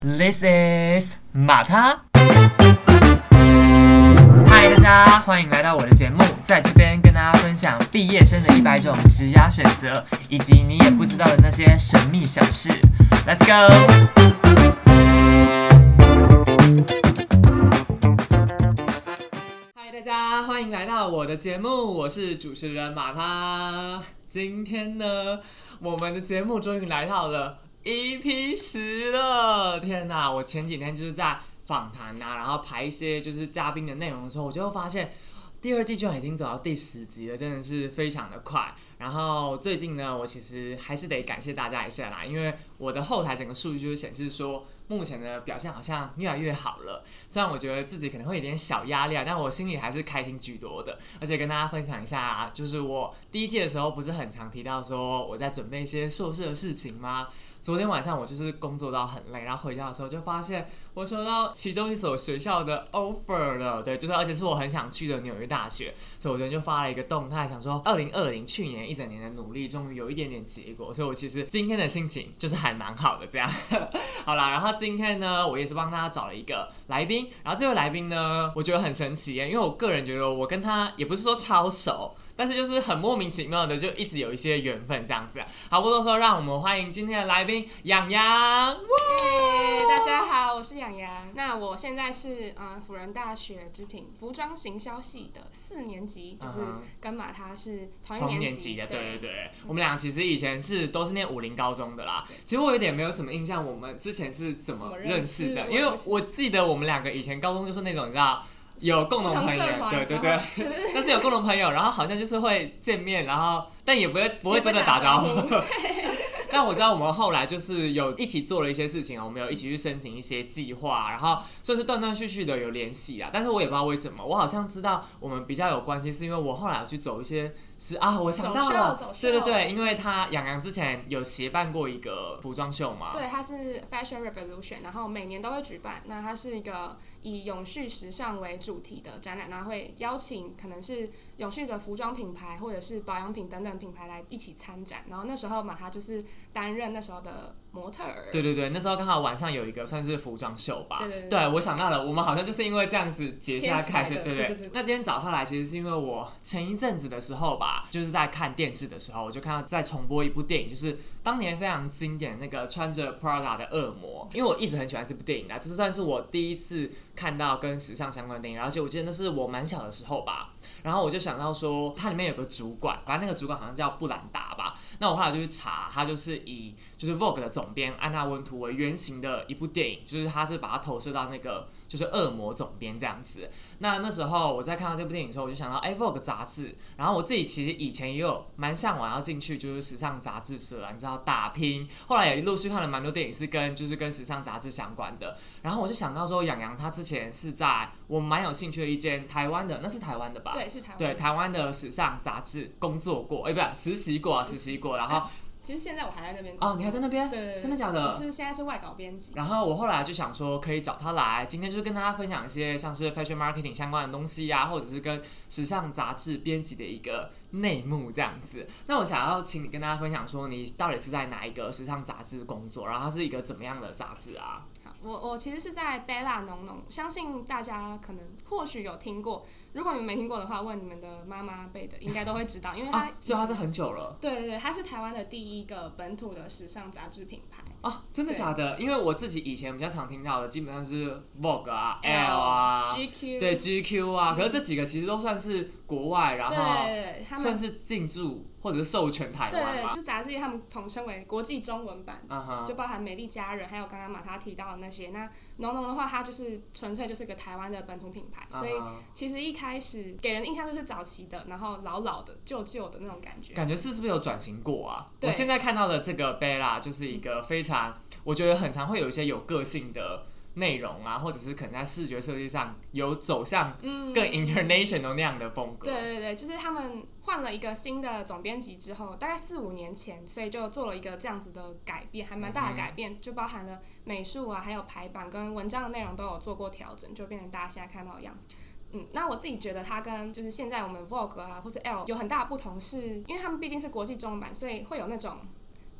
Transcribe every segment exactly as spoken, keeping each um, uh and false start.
This is 马他。嗨，大家欢迎来到我的节目，在这边跟大家分享毕业生的一百种职涯选择，以及你也不知道的那些神秘小事。Let's go！ 嗨，大家欢迎来到我的节目，我是主持人马他。今天呢，我们的节目终于来到了 E P 十了！天哪，我前几天就是在访谈啊，然后排一些就是嘉宾的内容的时候，我就会发现第二季居然已经走到第十集了，真的是非常的快。然后最近呢，我其实还是得感谢大家一下啦，因为我的后台整个数据就是显示说，目前的表现好像越来越好了。虽然我觉得自己可能会有点小压力啊，但我心里还是开心居多的。而且跟大家分享一下啊，就是我第一季的时候不是很常提到说我在准备一些硕士的事情吗？昨天晚上我就是工作到很累，然后回家的时候就发现我收到其中一所学校的 offer 了，对，就是而且是我很想去的纽约大学，所以我昨天就发了一个动态，想说二零二零去年一整年的努力终于有一点点结果，所以我其实今天的心情就是还蛮好的这样。好啦，然后今天呢，我也是帮大家找了一个来宾，然后这位来宾呢，我觉得很神奇耶，因为我个人觉得我跟他也不是说超熟，但是就是很莫名其妙的就一直有一些缘分这样子。好，不多说，让我们欢迎今天的来宾洋洋。 耶，大家好，我是洋洋。那我现在是嗯辅仁大学织品服装行销系的四年级，就是跟马他是同一年级, 同年级的，对对对。我们俩其实以前是都是念武林高中的啦。其实我有点没有什么印象，我们之前是怎么认识的？因为我记得我们两个以前高中就是那种你知道。有共同朋友，对对对，但是有共同朋友，然后好像就是会见面，然后但也不会不会真的打招呼。但我知道我们后来就是有一起做了一些事情，我们有一起去申请一些计划，然后所以是断断续续的有联系啦。但是我也不知道为什么，我好像知道我们比较有关系，是因为我后来有去走一些。是啊，我想到了，对对对，因为他洋洋之前有协办过一个服装秀嘛， 对，它是 Fashion Revolution， 然后每年都会举办。那它是一个以永续时尚为主题的展览，然后会邀请可能是永续的服装品牌或者是保养品等等品牌来一起参展。然后那时候马他就是担任那时候的模特儿。 对对对，那时候刚好晚上有一个算是服装秀吧。 对对 对, 对，我想到了，我们好像就是因为这样子结下开始，对对, 对对, 对。 那今天找他来，其实是因为我前一阵子的时候吧。就是在看电视的时候，我就看到在重播一部电影，就是当年非常经典的那个穿着 Prada 的恶魔。因为我一直很喜欢这部电影啦，这算是我第一次看到跟时尚相关的电影，而且我记得那是我蛮小的时候吧。然后我就想到说，它里面有个主管，反正那个主管好像叫布兰达吧。那我后来就去查，他就是以就是 Vogue 的总编安娜温图为原型的一部电影，就是他是把它投射到那个就是恶魔总编这样子。那那时候我在看到这部电影的时候，我就想到，哎 ，Vogue 杂志。然后我自己其实以前也有蛮向往要进去就是时尚杂志社，你知道打拼。后来也陆续看了蛮多电影是跟就是跟时尚杂志相关的。然后我就想到说，洋洋他之前是在我蛮有兴趣的一间台湾的，那是台湾的吧？ 对，是台湾。 对，台湾的时尚杂志工作过，哎，不是实习过啊，实习过，然后。 其实现在我还在那边工作。 哦，你还在那边？ 对对对， 真的假的？ 我是现在是外稿编辑。 然后我后来就想说，可以找他来，今天就是跟大家分享一些像是 fashion marketing 相关的东西啊，或者是跟时尚杂志编辑的一个内幕这样子。那我想要请你跟大家分享说，你到底是在哪一个时尚杂志工作，然后它是一个怎么样的杂志啊？ 我我其实是在 Bella 浓浓，相信大家可能或许有听过，如果你们没听过的话，问你们的妈妈辈的应该都会知道，因为它、啊、 所以它是很久了。 对对对，它是台湾的第一个本土的时尚杂志品牌。 啊，真的假的？因为我自己以前比较常听到的，基本上是 Vogue 啊、L 啊、 G Q， 对 G Q 啊，可是这几个其实都算是国外，然后算是进驻或者是授权台湾吧。 对对，就杂志他们统称为国际中文版， uh-huh. 就包含美丽佳人，还有刚刚马他提到的那些。那浓浓的话，它就是纯粹就是个台湾的本土品牌， uh-huh. 所以其实一开始给人的印象就是早期的，然后老老的、旧旧的那种感觉。 感觉是是不是有转型过啊？我现在看到的这个 Bella 就是一个非常，我觉得很常会有一些有个性的内容啊，或者是可能在视觉设计上有走向更 international 那样的风格。 对对对，就是他们换了一个新的总编辑之后，大概四五年前，所以就做了一个这样子的改变，还蛮大的改变，嗯、就包含了美术啊，还有排版跟文章的内容都有做过调整，就变成大家现在看到的样子。嗯，那我自己觉得它跟就是现在我们 Vogue 啊或是 L 有很大的不同是，因为他们毕竟是国际中文版，所以会有那种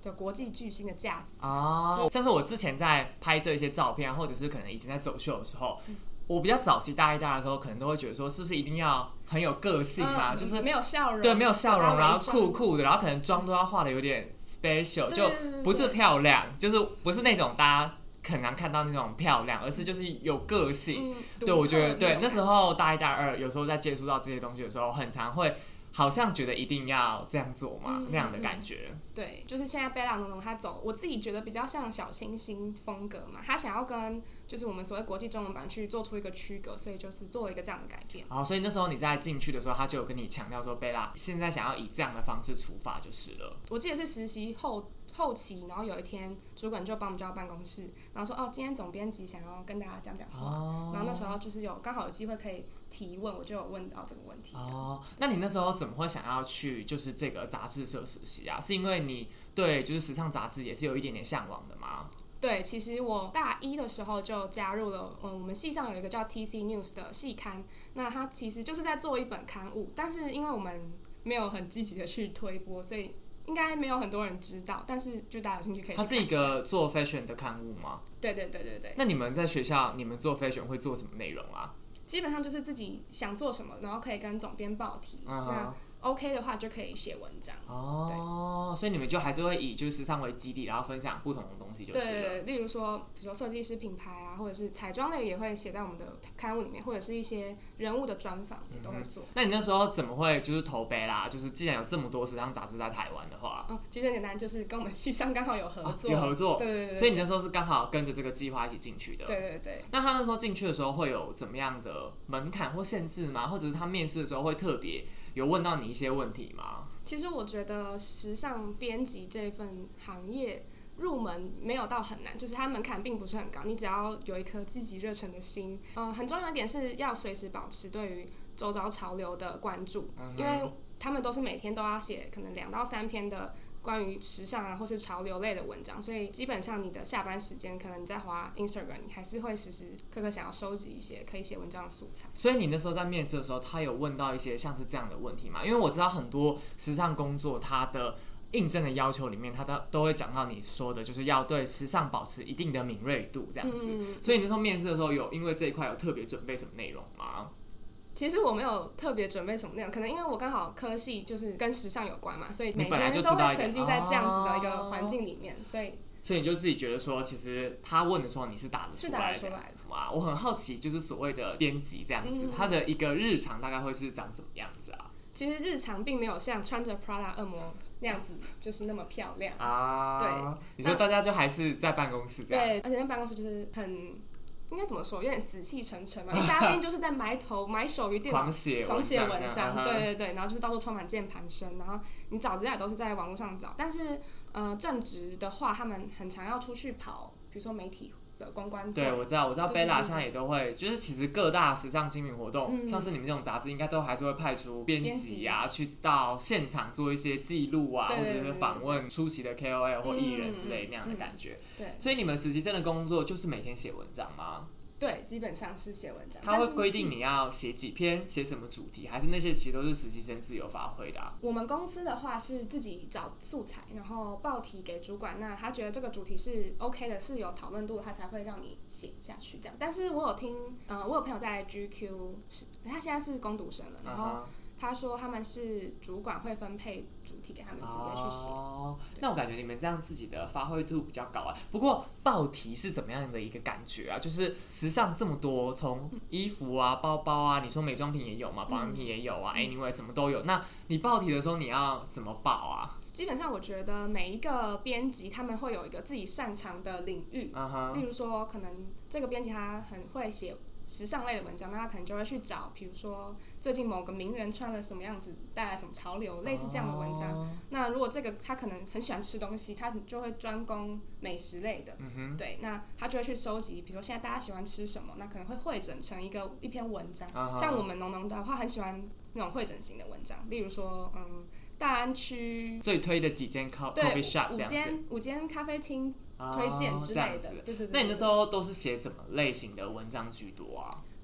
的国际巨星的架子哦，像是我之前在拍摄一些照片，或者是可能以前在走秀的时候。嗯，我比较早期大一大的时候，可能都会觉得说，是不是一定要很有个性嘛？嗯、就是没有笑容， 对，没有笑容，然后酷酷的，然后可能妆都要画的有点 special， 就不是漂亮，就是不是那种大家很难看到那种漂亮，而是就是有个性。嗯、对，我觉得对，那时候大一大二，有时候在接触到这些东西的时候，很常会。好像觉得一定要这样做嘛，嗯、那样的感觉。 对，就是现在贝拉农农他走，我自己觉得比较像小清新风格嘛，他想要跟就是我们所谓国际中文版去做出一个区隔，所以就是做了一个这样的改变。 哦，所以那时候你在进去的时候，他就有跟你强调说，贝拉现在想要以这样的方式出发就是了。 我记得是实习后。后期，然后有一天主管就把我们叫到办公室，然后说：“哦，今天总编辑想要跟大家讲讲话。哦”然后那时候就是有刚好有机会可以提问，我就有问到这个问题。 哦，那你那时候怎么会想要去就是这个杂志社实习啊？是因为你对就是时尚杂志也是有一点点向往的吗？ 对，其实我大一的时候就加入了，嗯，我们系上有一个叫 T C News 的系刊，那它其实就是在做一本刊物，但是因为我们没有很积极的去推播，所以。应该没有很多人知道，但是就大家有兴趣可以去看一下。 它是一个做 fashion 的刊物吗？ 对对对对对。 那你们在学校，你们做 fashion 会做什么内容啊？ 基本上就是自己想做什么，然后可以跟总编报提。Uh-huh. 那 OK 的话就可以写文章。 哦，所以你们就还是会以就是时尚为基地，然后分享不同的东西就是了。 对，例如说，比如说设计师品牌啊，或者是彩妆类也会写在我们的刊物里面，或者是一些人物的专访也都会做、嗯。 那你那时候怎么会就是投贝拉？就是既然有这么多时尚杂志在台湾的话， 嗯，其实很简单，就是跟我们系上刚好有合作， 哦、有合作， 对对 对, 对。 所以你那时候是刚好跟着这个计划一起进去的。 对对对。 那他那时候进去的时候会有怎么样的门槛或限制吗？或者是他面试的时候会特别有问到你一些问题吗？ 其实我觉得时尚编辑这份行业入门没有到很难，就是它门槛并不是很高，你只要有一颗积极热忱的心。嗯、呃，很重要一点是要随时保持对于周遭潮流的关注，嗯、因为他们都是每天都要写可能两到三篇的关于时尚啊或是潮流类的文章，所以基本上你的下班时间可能你在滑 Instagram， 你还是会时时刻刻想要收集一些可以写文章的素材。 所以你那时候在面试的时候，他有问到一些像是这样的问题吗？因为我知道很多时尚工作它的应征的要求里面，他都都会讲到你说的，就是要对时尚保持一定的敏锐度这样子。嗯、所以你那时候面试的时候有因为这一块有特别准备什么内容吗？ 其实我没有特别准备什么内容，可能因为我刚好科系就是跟时尚有关嘛，所以每天都会沉浸在这样子的一个环境里面，所以所以你就自己觉得说，其实他问的时候你是答得出来的。 是答得出来的。 哇，我很好奇，就是所谓的编辑这样子，嗯、他的一个日常大概会是长怎么样子啊？ 其实日常并没有像穿着 Prada 恶魔那样子，就是那么漂亮啊。对， 你说大家就还是在办公室这样。 对，而且那办公室就是很。应该怎么说？有点死气沉沉嘛，因为大家毕竟就是在埋头埋首于电脑， 狂写狂写文章，对对对，然后就是到处充满键盘声，然后你找资料也都是在网络上找。但是，呃，正职的话，他们很常要出去跑，比如说媒体的公关队。 对，我知道，我知道贝拉现在也都会，就是其实各大时尚精品活动，嗯、像是你们这种杂志，应该都还是会派出编辑啊，去到现场做一些记录啊， 对对对对， 或者是访问出席的 K O L 或艺人之类那样的感觉。 嗯嗯、对。 所以你们实习生的工作就是每天写文章吗？ 对，基本上是写文章。 他会规定你要写几篇，写什么主题，还是那些其实都是实习生自由发挥的啊？ 我们公司的话是自己找素材，然后报题给主管，那他觉得这个主题是 OK 的，是有讨论度的，他才会让你写下去这样。但是我有听，呃，我有朋友在 G Q， 他现在是工读生了，然后他说他们是主管会分配主题给他们直接去写。 哦，那我感觉你们这样自己的发挥度比较高啊。不过报题是怎么样的一个感觉啊？就是时尚这么多，从衣服啊、包包啊，你说美妆品也有嘛，保养品也有啊、嗯、，anyway 什么都有。那你报题的时候你要怎么报啊？ 基本上我觉得每一个编辑他们会有一个自己擅长的领域， uh-huh. 例如说可能这个编辑他很会写时尚类的文章，那他可能就会去找，比如说最近某个名人穿了什么样子，带来什么潮流，类似这样的文章。Oh. 那如果这个他可能很喜欢吃东西，他就会专攻美食类的， mm-hmm. 对，那他就会去收集，比如说现在大家喜欢吃什么，那可能会汇整成一个一篇文章。Uh-huh. 像我们农农的话，很喜欢那种汇整型的文章，例如说，嗯，大安区最推的几间 coffee shop 这样子， 五间五间咖啡厅。推荐之类的，对对对。 那你那时候都是写怎么类型的文章居多啊？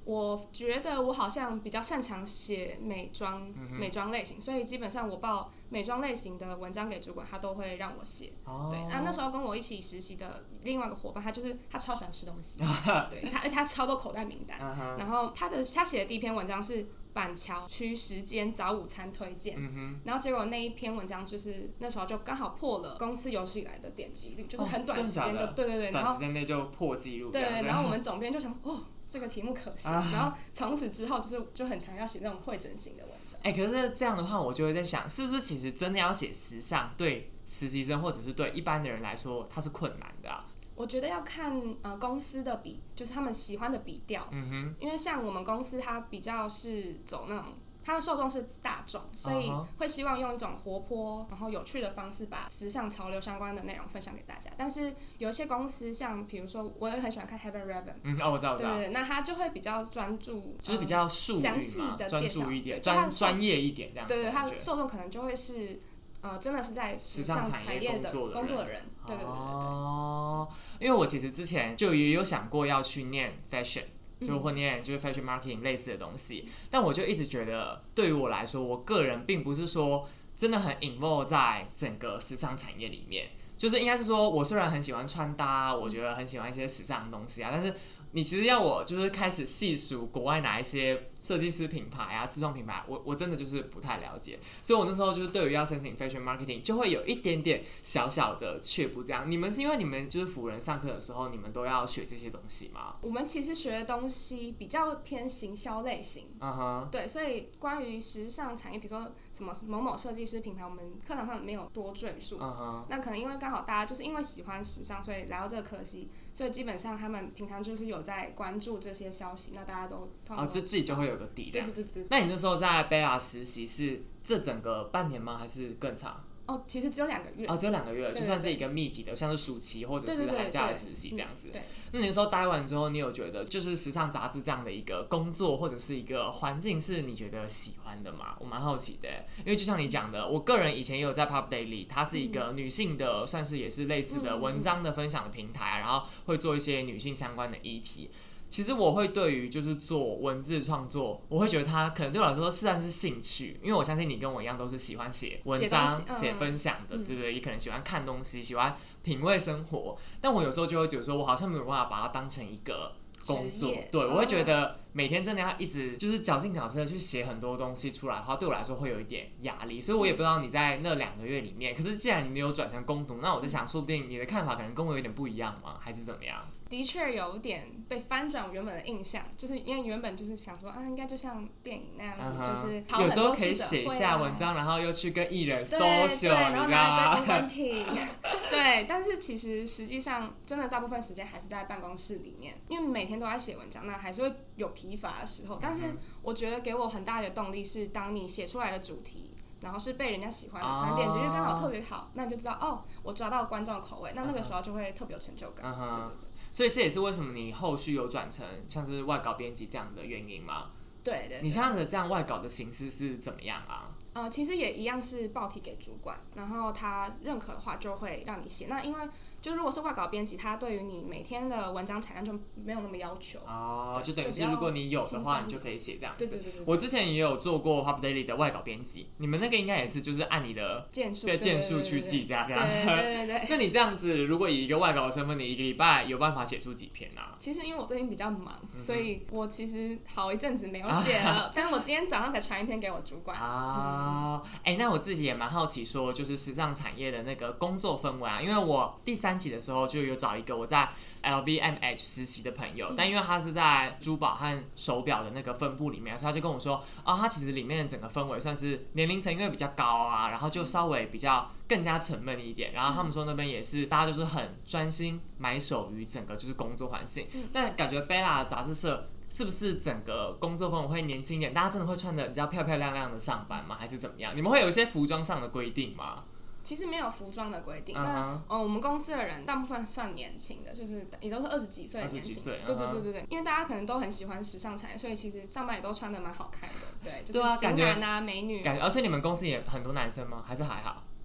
我觉得我好像比较擅长写美妆、嗯、美妆类型，所以基本上我报美妆类型的文章给主管，他都会让我写。哦、对，那那时候跟我一起实习的另外一个伙伴，他就是他超喜欢吃东西，对他他超多口袋名单，然后他的他写的第一篇文章是板桥区十间早午餐推荐、嗯，然后结果那一篇文章就是那时候就刚好破了公司有史以来的点击率，就是很短时间就、哦、对对对， 短时间内就破纪录。 对，然后我们总编就想，哦。这个题目可行、啊，然后从此之后就是就很常要写那种汇整型的文章。 哎、欸，可是这样的话，我就会在想，是不是其实真的要写时尚，对实习生或者是对一般的人来说，它是困难的啊？ 我觉得要看呃公司的笔，就是他们喜欢的笔调。嗯哼。因为像我们公司，它比较是走那种。它的受众是大众，所以会希望用一种活泼然后有趣的方式把时尚潮流相关的内容分享给大家。但是有一些公司，像比如说我也很喜欢看 Heaven Raven， 嗯，哦，我知道，我知道， 对，那他就会比较专注， 就是比较术语嘛， 详细的介绍， 一点，专专业一点这样子。 对对，他的受众可能就会是呃，真的是在时尚产业的工作的人，对对对对对。 哦，因为我其实之前就也有想过要去念 fashion。就会念就是 fashion marketing 类似的东西，但我就一直觉得，对于我来说，我个人并不是说真的很 involve 在整个时尚产业里面，就是应该是说，我虽然很喜欢穿搭，我觉得很喜欢一些时尚的东西啊，但是你其实要我就是开始细数国外哪一些设计师品牌啊、自创品牌，我我真的就是不太了解，所以我那时候就是对于要申请 fashion marketing 就会有一点点小小的却步。这样，你们是因为你们就是辅仁上课的时候，你们都要学这些东西吗？ 我们其实学的东西比较偏行销类型，嗯哼，对，所以关于时尚产业，比如说什么某某设计师品牌，我们课堂上没有多赘述。嗯哼，那可能因为刚好大家就是因为喜欢时尚，所以来到这个科系，所以基本上他们平常就是有在关注这些消息，那大家都哦，这自己就会有个底这样子。 对对对对。 那你那时候在 Bella 实习是这整个半年吗？还是更长？ 哦，其实只有两个月。 哦，只有两个月， 对对对， 就算是一个密集的，像是暑期或者是寒假的实习这样子。 对对对对， 那你那时候待完之后，你有觉得就是时尚杂志这样的一个工作或者是一个环境是你觉得喜欢的吗？我蛮好奇的，因为就像你讲的，我个人以前也有在 Pop Daily， 它是一个女性的，算是也是类似的文章的分享的平台，然后会做一些女性相关的议题。其实我会对于就是做文字创作，我会觉得它可能对我来说虽然是兴趣，因为我相信你跟我一样都是喜欢写文章、写、嗯、分享的，对不对？也可能喜欢看东西，喜欢品味生活。但我有时候就会觉得说，我好像没有办法把它当成一个工作，对，我会觉得每天真的要一直就是绞尽脑汁的去写很多东西出来的话，对我来说会有一点压力。所以我也不知道你在那两个月里面，可是既然你有转成工读，那我在想，说不定你的看法可能跟我有点不一样吗？还是怎么样？ 的确有点被翻转我原本的印象，就是因为原本就是想说啊，应该就像电影那样子， uh-huh. 就是跑很多记者会、啊、有时候可以写一下文章，然后又去跟艺人 social， 然后拿来对公关品，对。但是其实实际上，真的大部分时间还是在办公室里面，因为每天都在写文章，那还是会有疲乏的时候。但是我觉得给我很大的动力是，当你写出来的主题，然后是被人家喜欢的，可能点击率刚好特别好，那你就知道哦，我抓到观众的口味，那那个时候就会特别有成就感。Uh-huh. 对对对。 所以这也是为什么你后续有转成像是外稿编辑这样的原因吗？ 对 对, 对。 你现在的这样外稿的形式是怎么样啊？ 呃，其实也一样是报题给主管，然后他认可的话就会让你写。那因为就如果是外稿编辑，他对于你每天的文章产量就没有那么要求。 哦，就等于是如果你有的话，你就可以写这样子。 对对 对, 对, 对。 我之前也有做过 Pop Daily 的外稿编辑，你们那个应该也是就是按你的件数对件数去记这样这样。 对对对 对, 对。 那你这样子，如果以一个外稿的身份，你一个礼拜有办法写出几篇啊？ 其实因为我最近比较忙，嗯、所以我其实好一阵子没有写了，啊、但是我今天早上才传一篇给我主管。 啊，哎、嗯欸，那我自己也蛮好奇，说就是时尚产业的那个工作氛围啊，因为我第三期的时候就有找一个我在 L V M H 实习的朋友，嗯、但因为他是在珠宝和手表的那个分部里面，所以他就跟我说，啊，他其实里面的整个氛围算是年龄层因为比较高啊，然后就稍微比较更加沉闷一点，然后他们说那边也是大家就是很专心埋首于整个就是工作环境，嗯、但感觉 Bella 杂志社是不是整个工作氛围会年轻一点？大家真的会穿得比较漂漂亮亮的上班吗？还是怎么样？你们会有一些服装上的规定吗？ 其实没有服装的规定。 Uh-huh. 那、呃、我们公司的人大部分算年轻的，就是也都是二十几岁的年轻人。 Uh-huh. 对对对对对，因为大家可能都很喜欢时尚产业，所以其实上班也都穿得蛮好看的。对，就是型男啊、美女。 感觉，而且你们公司也很多男生吗？还是还好？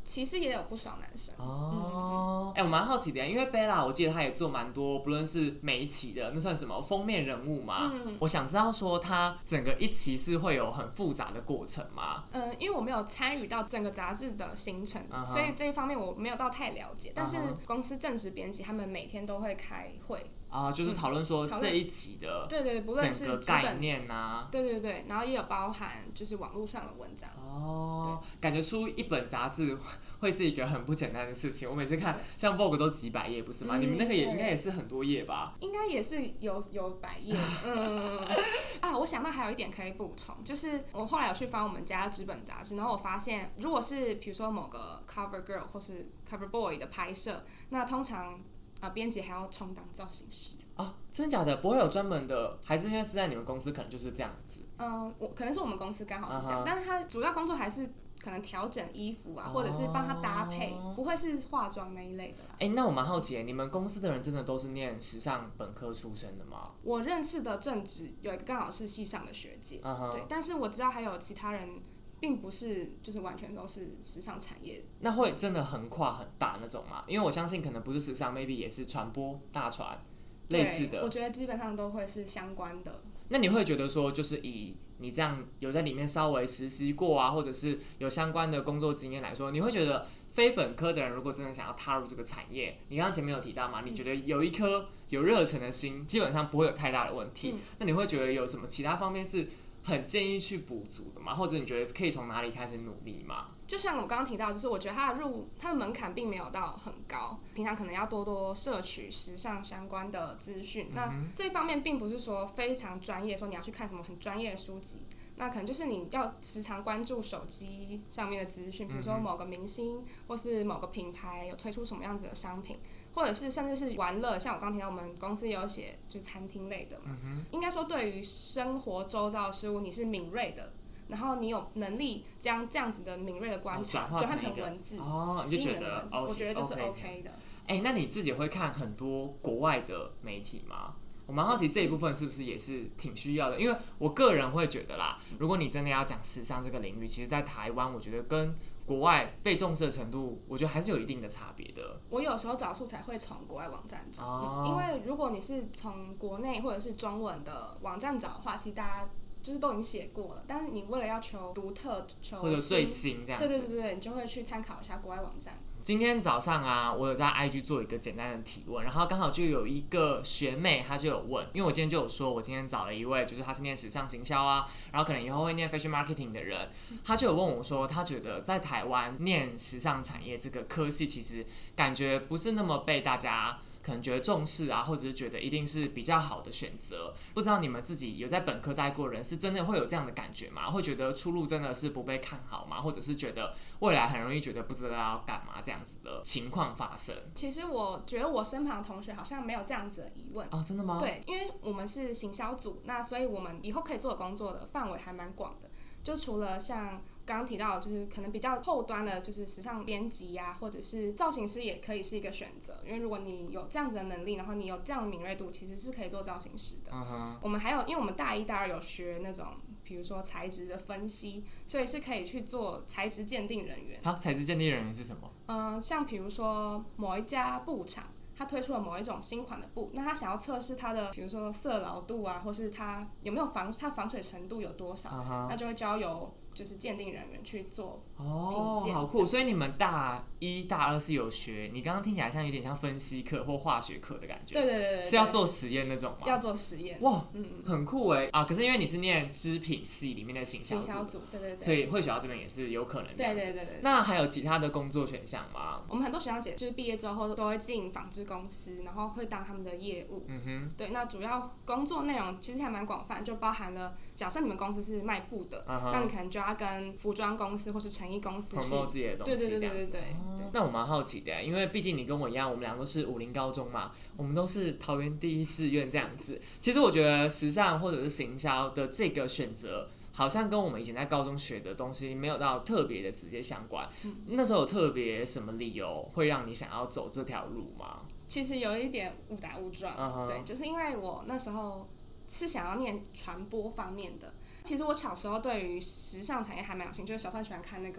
其实也有不少男生哦。哎、嗯欸，我蛮好奇的，因为 Bella 我记得她也做蛮多，不论是每一期的那算什么封面人物嘛。嗯，我想知道说她整个一期是会有很复杂的过程吗？ 嗯，因为我没有参与到整个杂志的行程，uh-huh. 所以这一方面我没有到太了解。但是公司正职编辑他们每天都会开会。 啊、uh, 就是讨论说这一期的对对，不论是整个概念啊， 对对对，然后也有包含就是网络上的文章。 哦，感觉出一本杂志会是一个很不简单的事情。我每次看像 Vogue 都几百页，不是吗？嗯、你们那个也应该也是很多页吧？ 应该也是有有百页。嗯啊，我想到还有一点可以补充，就是我后来有去翻我们家纸本杂志，然后我发现，如果是比如说某个 Cover Girl 或是 Cover Boy 的拍摄，那通常啊，编辑还要充当造型师。 哦，真的假的？不会有专门的，还是因为是在你们公司，可能就是这样子？ 嗯，我可能是我们公司刚好是这样， uh-huh. 但是他主要工作还是可能调整衣服啊， oh. 或者是帮他搭配，不会是化妆那一类的啦。 哎、欸，那我蛮好奇，你们公司的人真的都是念时尚本科出身的吗？ 我认识的正职有一个刚好是系上的学姐， uh-huh. 对，但是我知道还有其他人。并不是就是完全都是时尚产业， 那会真的横跨很大那种吗？因为我相信可能不是时尚 ，maybe 也是传播、大传类似的。 我觉得基本上都会是相关的。 那你会觉得说，就是以你这样有在里面稍微实习过啊，或者是有相关的工作经验来说，你会觉得非本科的人如果真的想要踏入这个产业，你刚刚前面有提到嘛，你觉得有一颗有热忱的心，基本上不会有太大的问题。嗯、那你会觉得有什么其他方面是很建议去补足的吗？或者你觉得可以从哪里开始努力吗？ 就像我刚刚提到，就是我觉得它的入它的门槛并没有到很高，平常可能要多多摄取时尚相关的资讯。嗯、那这方面并不是说非常专业，说你要去看什么很专业的书籍。那可能就是你要时常关注手机上面的资讯，比如说某个明星或是某个品牌有推出什么样子的商品，或者是甚至是玩乐，像我刚提到我们公司也有写就是餐厅类的嘛。嗯、应该说对于生活周遭的事物你是敏锐的，然后你有能力将这样子的敏锐的观察转换成文字， 哦，你就觉得我觉得就是 OK 的。 哎、欸，那你自己会看很多国外的媒体吗？我蛮好奇这一部分是不是也是挺需要的，因为我个人会觉得啦，如果你真的要讲时尚这个领域，其实在台湾我觉得跟国外被重视的程度，我觉得还是有一定的差别的。 我有时候找素材会从国外网站找，哦、因为如果你是从国内或者是中文的网站找的话，其实大家就是都已经写过了，但是你为了要求独特、求或者最新这样子， 对对对对，你就会去参考一下国外网站。 今天早上啊，我有在 I G 做一个简单的提问，然后刚好就有一个学妹，她就有问，因为我今天就有说，我今天找了一位，就是她是念时尚行销啊，然后可能以后会念 fashion marketing 的人，她就有问我说，她觉得在台湾念时尚产业这个科系，其实感觉不是那么被大家可能觉得重视啊，或者是觉得一定是比较好的选择。不知道你们自己有在本科待过的人，是真的会有这样的感觉吗？会觉得出路真的是不被看好吗？或者是觉得未来很容易觉得不知道要干嘛这样子的情况发生？ 其实我觉得我身旁的同学好像没有这样子的疑问。 哦，真的吗？ 对，因为我们是行销组，那所以我们以后可以做的工作的范围还蛮广的。就除了像刚刚提到，就是可能比较后端的，就是时尚编辑呀，或者是造型师也可以是一个选择。因为如果你有这样子的能力，然后你有这样的敏锐度，其实是可以做造型师的。Uh-huh. 我们还有，因为我们大一、大二有学那种，比如说材质的分析，所以是可以去做材质鉴定人员。 好，材质鉴定人员是什么？ 嗯、呃，像比如说某一家布厂，他推出了某一种新款的布，那他想要测试它的，比如说色牢度啊，或是它有没有防，它防水程度有多少， uh-huh. 那就会交由就是鉴定人员去做哦，好酷！所以你们大一、大二是有学，你刚刚听起来像有点像分析课或化学课的感觉。 对对 对, 对， 是要做实验那种吗？ 要做实验。 哇，嗯，很酷哎啊！可是因为你是念织品系里面的行销组， 行销组，对对对， 所以会学到这边也是有可能的。 对对对对。 那还有其他的工作选项吗？ 我们很多学长姐就是毕业之后都会进纺织公司，然后会当他们的业务。嗯哼。对，那主要工作内容其实还蛮广泛，就包含了假设你们公司是卖布的， uh-huh. 那你可能就要跟服装公司或是成衣公司去 promote 自己的东西， 对对对对对对。 哦、那我蛮好奇的，因为毕竟你跟我一样，我们俩都是武林高中嘛，我们都是桃园第一志愿这样子。其实我觉得时尚或者是行销的这个选择，好像跟我们以前在高中学的东西没有到特别的直接相关。嗯、那时候有特别什么理由会让你想要走这条路吗？ 其实有一点误打误撞， uh-huh. 对，就是因为我那时候是想要念传播方面的。其实我小时候对于时尚产业还蛮有兴趣，就是小时候很喜欢看那个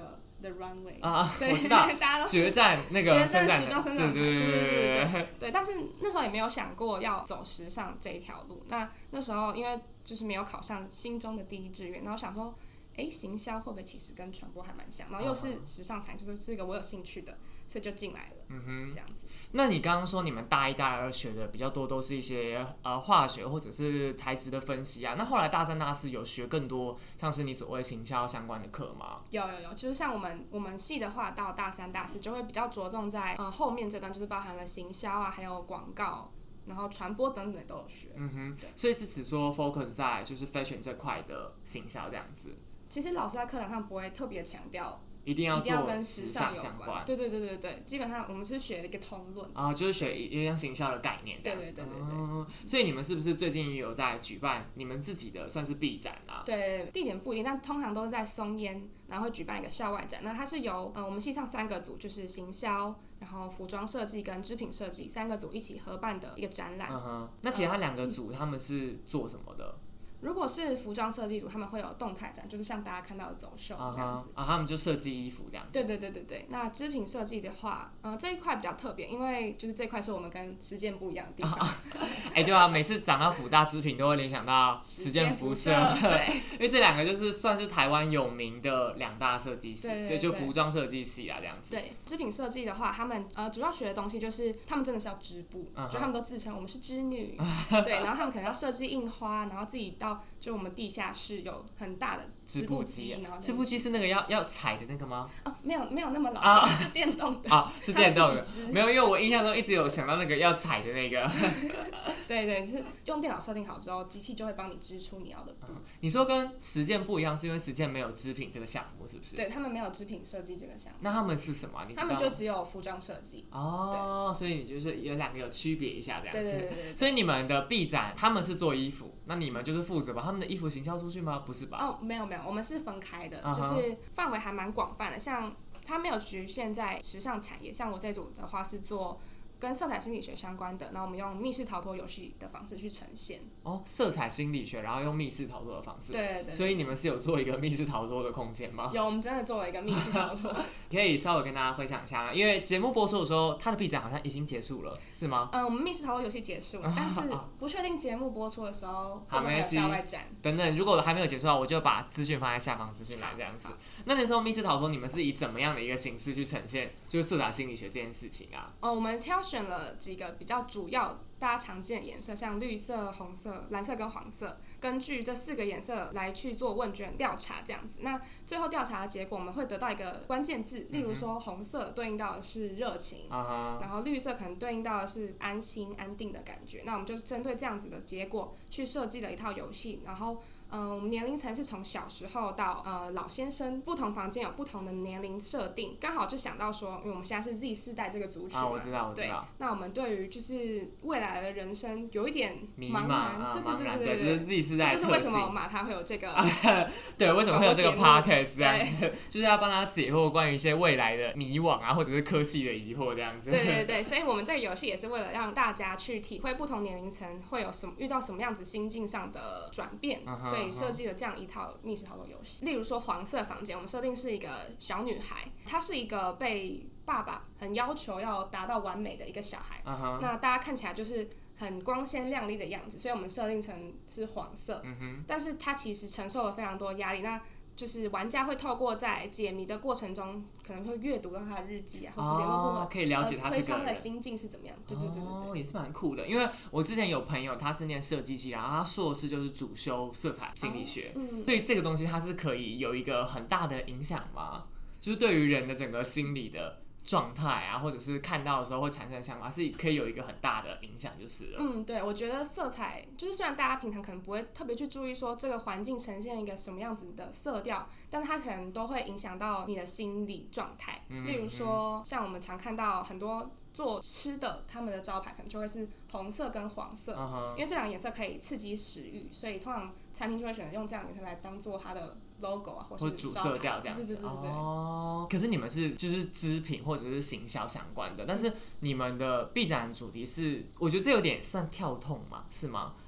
The Runway 啊，我知道， 大家都决战那个决生战时装生产对对对对对对对。但是那时候也没有想过要走时尚这一条路。那那时候因为就是没有考上心中的第一志愿，然后想说，哎，行销会不会其实跟传播还蛮像？然后又是时尚产业，就是是一个我有兴趣的，所以就进来了。嗯哼，这样子。 那你刚刚说你们大一、大二学的比较多，都是一些呃化学或者是材质的分析啊。那后来大三、大四有学更多像是你所谓行销相关的课吗？ 有有有，就是像我们我们系的话，到大三、大四就会比较着重在呃后面这段，就是包含了行销啊，还有广告，然后传播等等都有学。 嗯哼，所以是只说 focus 在就是 fashion 这块的行销这样子。 其实老师在课堂上不会特别强调。 一定要做跟时尚相关， 对对对对对，基本上我们是学一个通论啊，就是学一点像行销的概念这样子。 对对对对对、 嗯。所以你们是不是最近也有在举办你们自己的算是毕展啊？ 对，地点不一定，但通常都是在松烟，然后会举办一个校外展。那它是由呃我们系上三个组，就是行销，然后服装设计跟织品设计三个组一起合办的一个展览。 嗯哼。那其他两个组他们是做什么的？ 如果是服装设计组，他们会有动态展，就是像大家看到的走秀这样子。 啊、uh-huh. 啊，他们就设计衣服这样子。 对对对对对。那织品设计的话，呃，这一块比较特别，因为就是这块是我们跟实践不一样的地方。 哎、欸，对啊，每次讲到辅大织品，都会联想到实践辐射。 对。 因为这两个就是算是台湾有名的两大设计系，所以就服装设计系啊这样子。 对，织品设计的话，他们呃主要学的东西就是他们真的是要织布， uh-huh. 就他们都自称我们是织女。对，然后他们可能要设计印花，然后自己到就我们地下室有很大的织布机，然后织布机是那个要要踩的那个吗？ 哦，没有没有那么老， 啊、 是电动的。 啊，是电动的。没有，因为我印象中一直有想到那个要踩的那个。 对对，就是用电脑设定好之后，机器就会帮你织出你要的布。 嗯、你说跟实践不一样，是因为实践没有织品这个项目，是不是？ 对，他们没有织品设计这个项目。 那他们是什么、啊？你知道他们就只有服装设计。 哦，所以你就是有两个有区别一下这样子。 对对 对, 对, 对。 所以你们的毕展，他们是做衣服，那你们就是负责把他们的衣服行销出去吗？不是吧？ 哦，没有没有，我们是分开的， uh-huh. 就是范围还蛮广泛的，像它没有局限在时尚产业，像我这组的话是做跟色彩心理学相关的，然后我们用密室逃脱游戏的方式去呈现。 哦，色彩心理学，然后用密室逃脱的方式。 对 对, 对。 所以你们是有做一个密室逃脱的空间吗？ 有，我们真的做了一个密室逃脱。 可以稍微跟大家分享一下吗？因为节目播出的时候，它的毕展好像已经结束了，是吗？ 嗯，我们密室逃脱游戏结束了，但是不确定节目播出的时候会不会有校外展。 等等，如果还没有结束的话，我就把资讯放在下方资讯栏这样子。那那时候密室逃脱，你们是以怎么样的一个形式去呈现，就是色彩心理学这件事情啊？ 哦，我们挑选了几个比较主要大家常见的颜色，像绿色、红色、蓝色跟黄色，根据这四个颜色来去做问卷调查这样子。那最后调查的结果，我们会得到一个关键字，例如说红色对应到的是热情， 嗯、 然后绿色可能对应到的是安心、安定的感觉。那我们就针对这样子的结果去设计了一套游戏，然后嗯、呃，我们年龄层是从小时候到呃老先生，不同房间有不同的年龄设定，刚好就想到说，因为我们现在是 Z 世代这个族群嘛， 啊，我知道，我知道。 对，那我们对于就是未来的人生有一点茫然， 啊、 对对对对对对， 就是 Z 世代的特性。 这就是为什么马他会有这个， 对，为什么会有这个 podcast 这样子，就是要帮他解惑关于一些未来的迷惘啊，或者是科系的疑惑这样子。 对对对，所以我们这个游戏也是为了让大家去体会不同年龄层会有什么遇到什么样子心境上的转变， uh-huh, 所以设计了这样一套密室逃脱游戏。例如说黄色房间，我们设定是一个小女孩，她是一个被爸爸很要求要达到完美的一个小孩， uh-huh. 那大家看起来就是很光鲜亮丽的样子，所以我们设定成是黄色， 嗯、 但是她其实承受了非常多压力。那就是玩家会透过在解谜的过程中，可能会阅读到他的日记啊，或是联络簿， 哦，可以了解他这个人， 推敲他的心境是怎么样。对对对对对， 哦，也是蛮酷的。因为我之前有朋友，他是念设计系，然后他硕士就是主修色彩心理学，哦嗯、所以这个东西它是可以有一个很大的影响吗？就是对于人的整个心理的状态啊，或者是看到的时候会产生的想法，是可以有一个很大的影响，就是了。 嗯，对，我觉得色彩就是虽然大家平常可能不会特别去注意说这个环境呈现一个什么样子的色调，但是它可能都会影响到你的心理状态。嗯、例如说，像我们常看到很多做吃的，他们的招牌可能就会是红色跟黄色， uh-huh. 因为这两个颜色可以刺激食欲，所以通常餐厅就会选择用这两个颜色来当做它的 logo 啊，或是主色调这样子。 对对对对。 哦，可是你们是就是织品或者是行销相关的，但是你们的毕展主题是，我觉得这有点算跳痛嘛，是吗？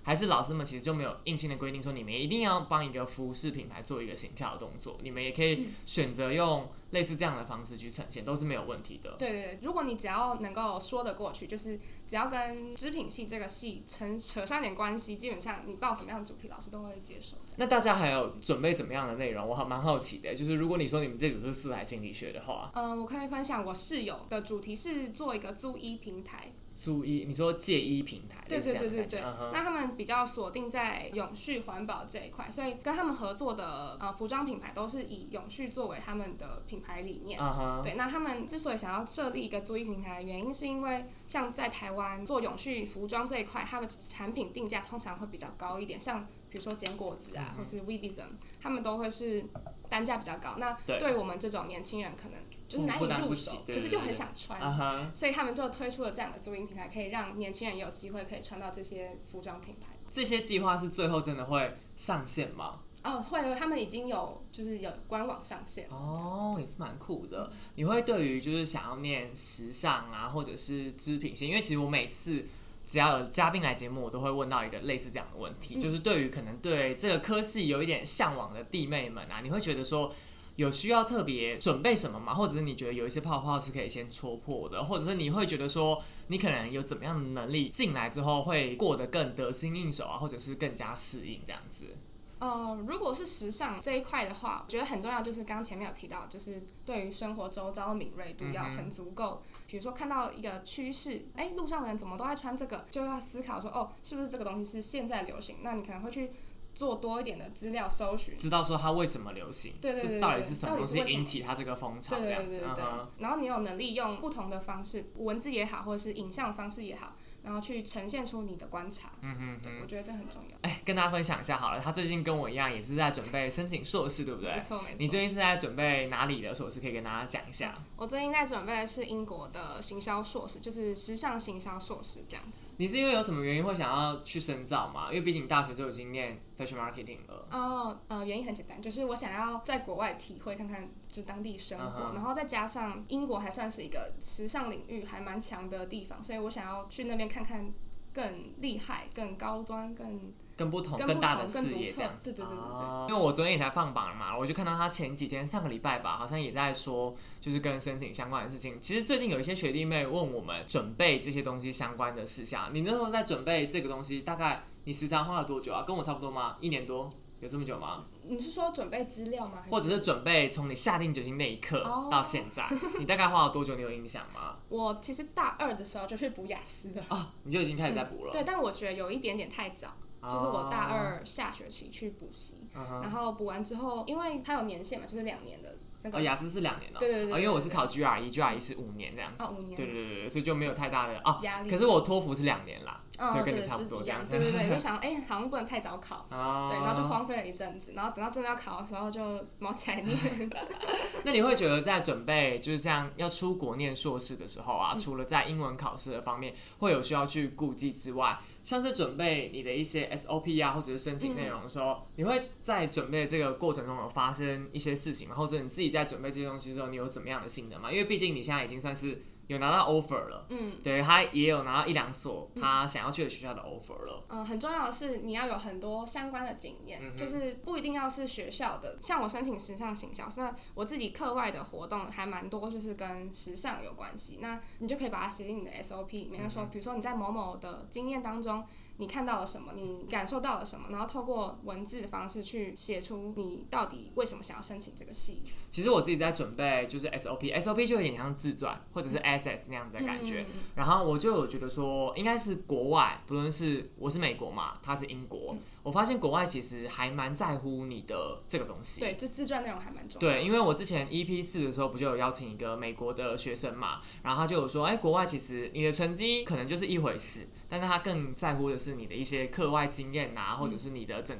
还是老师们其实就没有硬性的规定说你们一定要帮一个服饰品牌做一个行销的动作，你们也可以选择用类似这样的方式去呈现，都是没有问题的。 对对对，如果你只要能够说得过去，就是只要跟织品系这个系扯扯上点关系，基本上你报什么样的主题，老师都会接受。 那大家还有准备怎么样的内容？我还蛮好奇的，就是如果你说你们这组是四海心理学的话， 嗯、呃，我可以分享我室友的主题是做一个租衣平台。 租衣，你说借衣平台， 对对对对对。 嗯、 那他们比较锁定在永续环保这一块，所以跟他们合作的呃服装品牌都是以永续作为他们的品牌理念。 嗯、 对，那他们之所以想要设立一个租衣平台的原因，是因为像在台湾做永续服装这一块，他们产品定价通常会比较高一点，像比如说坚果子啊，嗯、或是 Vivism， 他们都会是单价比较高。那对于我们这种年轻人，可能就是难以入手，可是又很想穿， uh-huh. 所以他们就推出了这样的租赁平台，可以让年轻人有机会可以穿到这些服装品牌。 这些计划是最后真的会上线吗？ 哦，会，他们已经有就是有官网上线。 哦，也是蛮酷的。你会对于就是想要念时尚啊，或者是织品系，因为其实我每次只要有嘉宾来节目，我都会问到一个类似这样的问题，嗯、就是对于可能对这个科系有一点向往的弟妹们啊，你会觉得说有需要特别准备什么吗？或者是你觉得有一些泡泡是可以先戳破的，或者是你会觉得说你可能有怎么样的能力进来之后会过得更得心应手啊，或者是更加适应这样子？ 呃，如果是时尚这一块的话，我觉得很重要，就是刚刚前面有提到，就是对于生活周遭的敏锐度要很足够。嗯、比如说看到一个趋势，哎，路上的人怎么都在穿这个，就要思考说，哦，是不是这个东西是现在流行？那你可能会去做多一点的资料搜寻， 知道说它为什么流行， 对对对对， 是到底是什么东西引起它这个风潮这样子。 对对对对对。嗯、然后你有能力用不同的方式，文字也好，或者是影像方式也好，然后去呈现出你的观察。嗯哼哼，我觉得这很重要。 哎，跟大家分享一下好了，他最近跟我一样，也是在准备申请硕士，对不对？ 没错没错。 你最近是在准备哪里的硕士？可以跟大家讲一下。 我最近在准备的是英国的行销硕士，就是时尚行销硕士这样子。 你是因为有什么原因会想要去深造吗？因为毕竟大学就已经念 fashion marketing 了。 哦，呃，原因很简单，就是我想要在国外体会看看，就当地生活， uh-huh. 然后再加上英国还算是一个时尚领域还蛮强的地方，所以我想要去那边看看更厉害、更高端、更更不同、 更更大的视野这样子。 对对对对对。 哦、因为我昨天也才放榜了嘛，我就看到他前几天、上个礼拜吧，好像也在说，就是跟申请相关的事情。其实最近有一些学弟妹问我们准备这些东西相关的事项，你那时候在准备这个东西，大概你时长花了多久啊？跟我差不多吗？一年多？有这么久吗？ 你是说准备资料吗？ 或者是准备从你下定决心那一刻到现在， oh. 你大概花了多久？你有印象吗？ 我其实大二的时候就去补雅思了。 哦，你就已经开始在补了、嗯。 对，但我觉得有一点点太早。就是我大二下学期去补习， uh-huh. 然后补完之后，因为它有年限嘛，就是两年的那个。 哦，雅思是两年哦。 对对 对, 對, 對, 對、哦。 因为我是考 G R E，G R E 是五年这样子。 哦，五年。 对对对对，所以就没有太大的哦压力。 可是我托福是两年啦， 哦、 所以跟你差不多这样子。 对对对，就想哎、欸，好像不能太早考、 哦， 对，然后就荒废了一阵子，然后等到真的要考的时候就毛起来念。 那你会觉得在准备就是像要出国念硕士的时候啊，嗯、除了在英文考试的方面会有需要去顾忌之外，像是准备你的一些 S O P 啊，或者是申请内容的时候、嗯，你会在准备这个过程中有发生一些事情吗？或者你自己在准备这些东西之后，你有怎么样的心得吗？因为毕竟你现在已经算是有拿到 offer 了，嗯，对，他也有拿到一两所他想要去的学校的 offer 了。 嗯，很重要的是你要有很多相关的经验、嗯，就是不一定要是学校的。像我申请时尚行销，虽然我自己课外的活动还蛮多，就是跟时尚有关系，那你就可以把它写进你的 S O P 里面，就说，比如说你在某某的经验当中。你看到了什么？你感受到了什么？然后透过文字的方式去写出你到底为什么想要申请这个系。 其实我自己在准备就是 S O P，S O P 就有点像自传或者是 S S 那样的感觉、嗯。然后我就有觉得说，应该是国外，不论是我是美国嘛，他是英国、嗯，我发现国外其实还蛮在乎你的这个东西。 对，就自传内容还蛮重要的。 对，因为我之前 E P 四的时候不就有邀请一个美国的学生嘛，然后他就有说，哎、欸，国外其实你的成绩可能就是一回事。但是他更在乎的是你的一些课外经验啊，或者是你的整个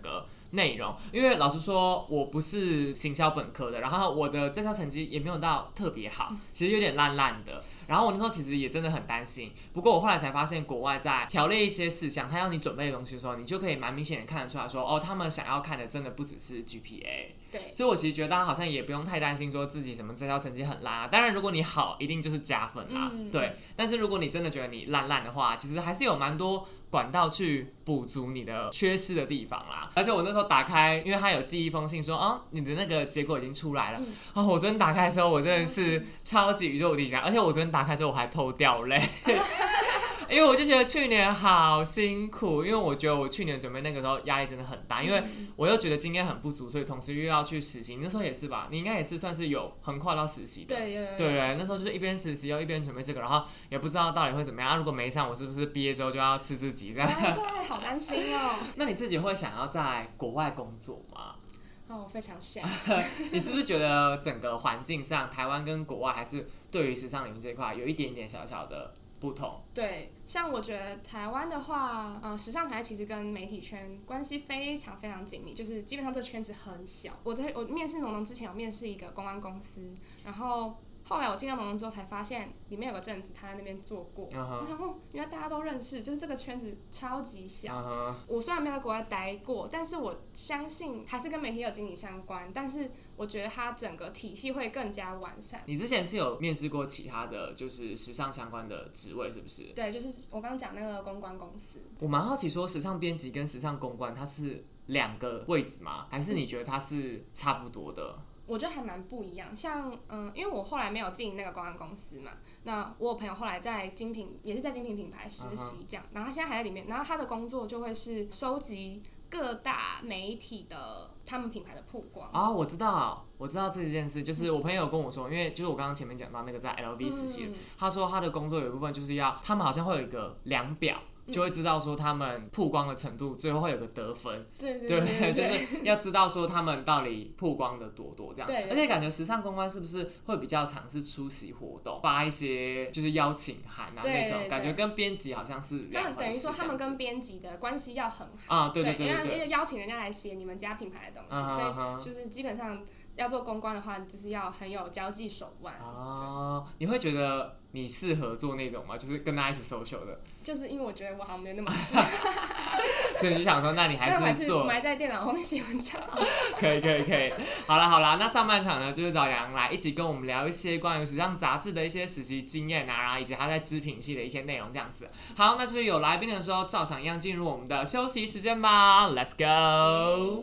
内容。因为老实说，我不是行销本科的，然后我的在校成绩也没有到特别好，其实有点烂烂的。然后我那时候其实也真的很担心，不过我后来才发现，国外在条列一些事项，他要你准备的东西的时候，你就可以蛮明显的看得出来说，哦，他们想要看的真的不只是 G P A。 对， 所以我其实觉得大家好像也不用太担心说自己什么在校成绩很烂啊。当然，如果你好，一定就是加分啦。嗯、对，但是如果你真的觉得你烂烂的话，其实还是有蛮多管道去补足你的缺失的地方啦。而且我那时候打开，因为他有寄一封信说，哦，你的那个结果已经出来了。嗯、哦，我昨天打开的时候，我真的是超级宇宙无敌强，而且我昨天打开之后我还偷掉泪。因为我就觉得去年好辛苦，因为我觉得我去年准备那个时候压力真的很大，因为我又觉得经验很不足，所以同时又要去实习。那时候也是吧，你应该也是算是有横跨到实习的。 对对对, 对对，那时候就是一边实习又一边准备这个，然后也不知道到底会怎么样。啊、如果没上，我是不是毕业之后就要吃自己这样？ 对对，好担心哦。 那你自己会想要在国外工作吗？ 哦，我非常想。 你是不是觉得整个环境上，台湾跟国外还是对于时尚领域这一块有一点点小小的不同？ 对，像我觉得台湾的话，呃，时尚产业其实跟媒体圈关系非常非常紧密，就是基本上这圈子很小。我在我面试农农之前，我面试一个公关公司，然后后来我进到农农之后才发现，里面有个正职他在那边做过。Uh-huh. 我想哦，原来大家都认识，就是这个圈子超级小。Uh-huh. 我虽然没有在国外待过，但是我相信还是跟媒体有紧紧相关，但是我觉得它整个体系会更加完善。 你之前是有面试过其他的就是时尚相关的职位是不是？ 对，就是我刚刚讲那个公关公司。 我蛮好奇说，时尚编辑跟时尚公关它是两个位置吗？还是你觉得它是差不多的？ 我觉得还蛮不一样，像嗯，因为我后来没有进那个公关公司嘛，那我有朋友后来在精品，也是在精品品牌实习这样， uh-huh. 然后他现在还在里面，然后他的工作就会是收集各大媒体的他们品牌的曝光。啊、 哦，我知道，我知道这件事，就是我朋友有跟我说，因为就是我刚刚前面讲到那个在 L V 实习、嗯，他说他的工作有一部分就是要，他们好像会有一个量表。就会知道说他们曝光的程度，最后会有个得分， 对对 对, 对, 对, 对，就是要知道说他们到底曝光的多多这样。 对, 对, 对， 而且感觉时尚公关是不是会比较常是出席活动，发一些就是邀请函啊那种，感觉跟编辑好像是两回事。他们等于说他们跟编辑的关系要很好啊，对对对 对, 对，因为邀请人家来写你们家品牌的东西，啊、所以就是基本上要做公关的话，就是要很有交际手腕。 哦，你会觉得你适合做那种吗？就是跟大家一起 social 的？ 就是因为我觉得我好像没有那么适所以你就想说，那你还是做埋在电脑后面写文章。 可以可以可以，好啦好啦，那上半场呢，就是找杨来一起跟我们聊一些关于时尚杂志的一些实习经验啊，然后以及他在织品系的一些内容这样子。好，那就是有来宾的时候，照常一样进入我们的休息时间吧 ，Let's go。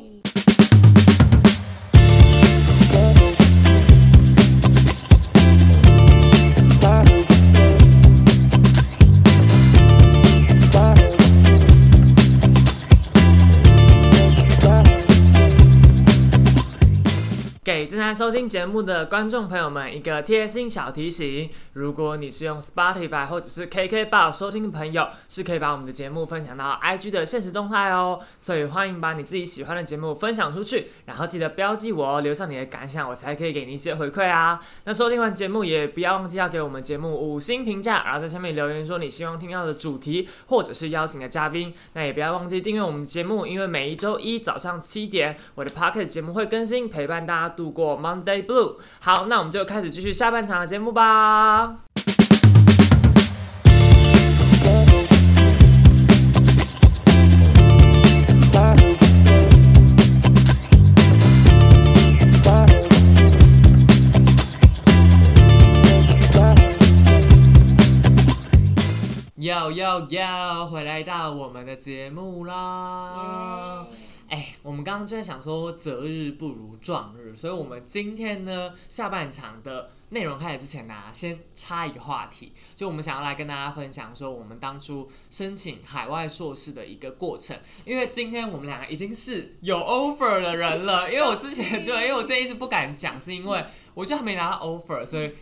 给正在收听节目的观众朋友们一个贴心小提醒，如果你是用 Spotify 或者是 K K B O X 收听的朋友，是可以把我们的节目分享到 I G 的限时动态哦，所以欢迎把你自己喜欢的节目分享出去，然后记得标记我哦，留下你的感想，我才可以给你一些回馈啊。那收听完节目也不要忘记要给我们节目五星评价，然后在下面留言说你希望听到的主题或者是邀请的嘉宾。那也不要忘记订阅我们的节目，因为每一周一早上七点我的 Podcast 节目会更新，陪伴大家度过 Monday Blue。 好，那我们就开始继续下半场的节目吧。Yo yo yo， 回来到我们的节目啦。哎，我们刚刚就在想说择日不如撞日，所以我们今天呢下半场的内容开始之前呢、啊，先插一个话题，就我们想要来跟大家分享说我们当初申请海外硕士的一个过程。因为今天我们两个已经是有 offer 的人了，因为我之前对，因为我之前一直不敢讲，是因为我就还没拿到 offer， 所以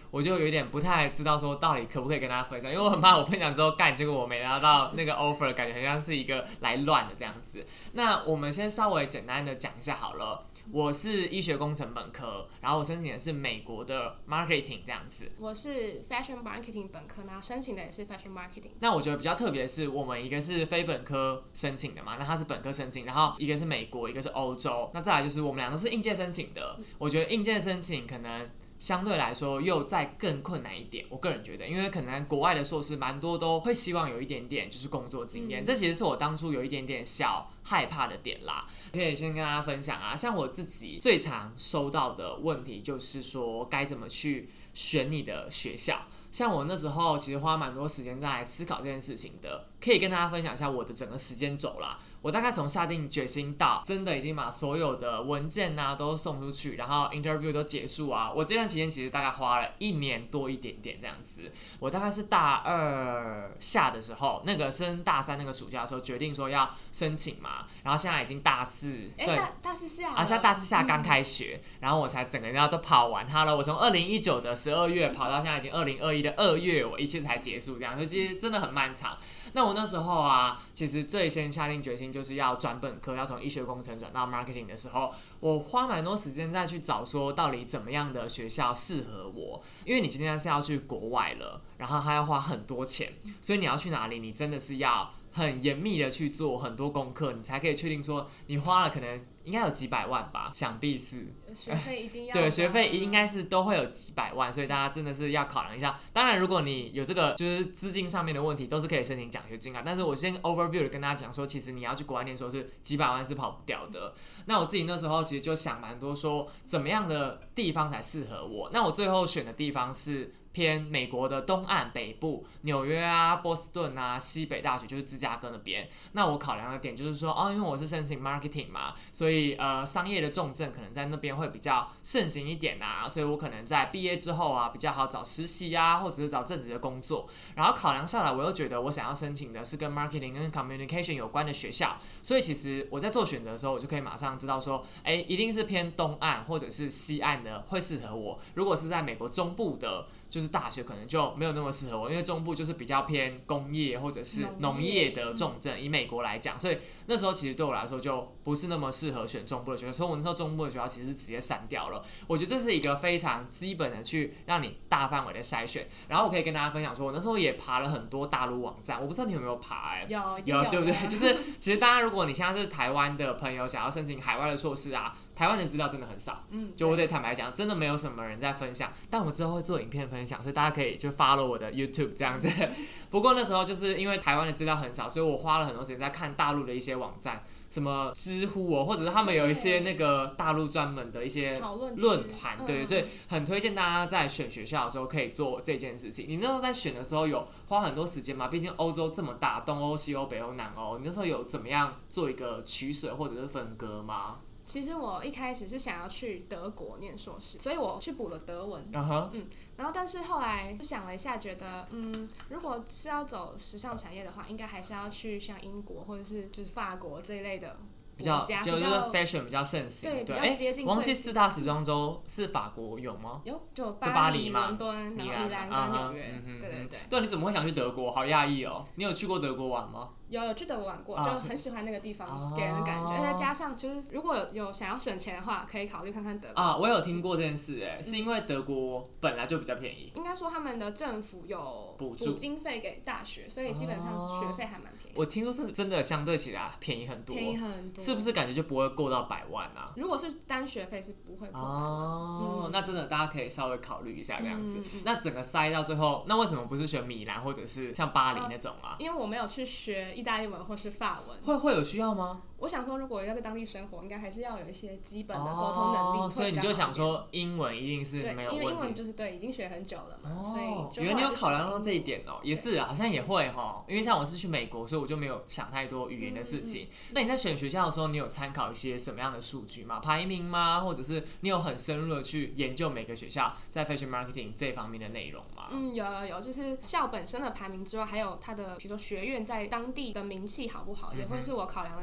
我就有点不太知道说到底可不可以跟大家分享，因为我很怕我分享之后干，结果我没拿到那个 offer， 感觉很像是一个来乱的这样子。那我们先稍微简单的讲一下好了。我是医学工程本科，然后我申请的是美国的 marketing 这样子。 我是 fashion marketing 本科，然后申请的也是 fashion marketing。 那我觉得比较特别的是，我们一个是非本科申请的嘛，那他是本科申请，然后一个是美国，一个是欧洲。那再来就是我们俩都是应届申请的，我觉得应届申请可能相对来说又再更困难一点，我个人觉得，因为可能国外的硕士蛮多都会希望有一点点就是工作经验，嗯、这其实是我当初有一点点小害怕的点啦。可以先跟大家分享啊，像我自己最常收到的问题就是说该怎么去选你的学校。像我那时候其实花蛮多时间在思考这件事情的，可以跟大家分享一下我的整个时间轴啦。我大概从下定决心到真的已经把所有的文件啊都送出去，然后 interview 都结束啊，我这段期间其实大概花了一年多一点点这样子。我大概是大二下的时候，那个升大三那个暑假的时候决定说要申请嘛，然后现在已经大四， 对，大大四下， 啊，现在大四下刚开学，嗯、然后我才整个人都跑完它了。我从二零一九的十二月跑到现在已经二零二一的二月，我一切才结束这样，所以其实真的很漫长。那我那时候啊，其实最先下定决心就是要转本科，要从医学工程转到 marketing 的时候，我花蛮多时间再去找说到底怎么样的学校适合我，因为你今天是要去国外了，然后还要花很多钱，所以你要去哪里，你真的是要很严密的去做很多功课，你才可以确定说你花了可能应该有几百万吧，想必是学费一定要对，学费应该是都会有几百万，所以大家真的是要考量一下。当然，如果你有这个就是资金上面的问题，都是可以申请奖学金啊。但是我先 overview 的跟大家讲说，其实你要去国外念书是几百万是跑不掉的。那我自己那时候其实就想蛮多，说怎么样的地方才适合我。那我最后选的地方是偏美国的东岸北部，纽约啊、波士顿啊、西北大学就是芝加哥那边。那我考量的点就是说，哦，因为我是申请 marketing 嘛，所以呃商业的重镇可能在那边会比较盛行一点啊，所以我可能在毕业之后啊比较好找实习啊，或者是找正职的工作。然后考量下来，我又觉得我想要申请的是跟 marketing 跟 communication 有关的学校，所以其实我在做选择的时候，我就可以马上知道说，哎，一定是偏东岸或者是西岸的会适合我。如果是在美国中部的，就是大学可能就没有那么适合我，因为中部就是比较偏工业或者是农业的重镇，以美国来讲，所以那时候其实对我来说就不是那么适合选中部的学校，所以我那时候中部的学校其实是直接删掉了。我觉得这是一个非常基本的去让你大范围的筛选。然后我可以跟大家分享说，我那时候也爬了很多大陆网站，我不知道你有没有爬、欸， 有有对不对？就是其实大家如果你现在是台湾的朋友，想要申请海外的硕士啊。台湾的资料真的很少，嗯，就我得坦白讲，真的没有什么人在分享。但我之后会做影片分享，所以大家可以就 follow 我的 YouTube 这样子。不过那时候就是因为台湾的资料很少，所以我花了很多时间在看大陆的一些网站，什么知乎哦，或者是他们有一些那个大陆专门的一些论坛，对，所以很推荐大家在选学校的时候可以做这件事情。你那时候在选的时候有花很多时间吗？毕竟欧洲这么大，东欧、西欧、北欧、南欧，你那时候有怎么样做一个取舍或者是分割吗？ 其实我一开始是想要去德国念硕士，所以我去补了德文。 Uh-huh. 嗯，然后但是后来想了一下，觉得嗯，如果是要走时尚产业的话，应该还是要去像英国或者是就是法国这一类的比较，就是 fashion 比较盛行。 对，比较接近。 忘记四大时装周是法国有吗？ 有，就巴黎、伦敦、然后米兰跟纽约。 嗯嗯、 对对对。 对，你怎么会想去德国？好讶异哦！你有去过德国玩吗？ 有有去德国玩过， 啊、 就很喜欢那个地方给人的感觉，而且、哦、加上就是如果有有想要省钱的话，可以考虑看看德国啊。我有听过这件事，哎、嗯，是因为德国本来就比较便宜。 应该说他们的政府有补经费给大学，所以基本上学费还蛮便宜、哦。 我听说是真的相对起来便宜很多， 便宜很多， 是不是感觉就不会过到百万啊？ 如果是单学费是不会破百万。 哦、嗯，那真的大家可以稍微考虑一下这样子。 嗯嗯、 那整个筛到最后，那为什么不是选米兰或者是像巴黎那种啊？ 因为我没有去学意大利文或是法文。 会会有需要吗？ 我想说，如果要在当地生活，应该还是要有一些基本的沟通能力、哦。 所以你就想说，英文一定是没有问题。 因为英文就是对，已经学很久了嘛， 哦、 所以就原来你有考量到这一点哦，也是好像也会哈。因为像我是去美国，所以我就没有想太多语言的事情。嗯嗯、那你在选学校的时候，你有参考一些什么样的数据吗？排名吗？或者是你有很深入的去研究每个学校在 fashion marketing 这方面的内容吗？ 嗯，有有有，就是校本身的排名之外，还有它的比如说学院在当地的名气好不好，也会是我考量的点。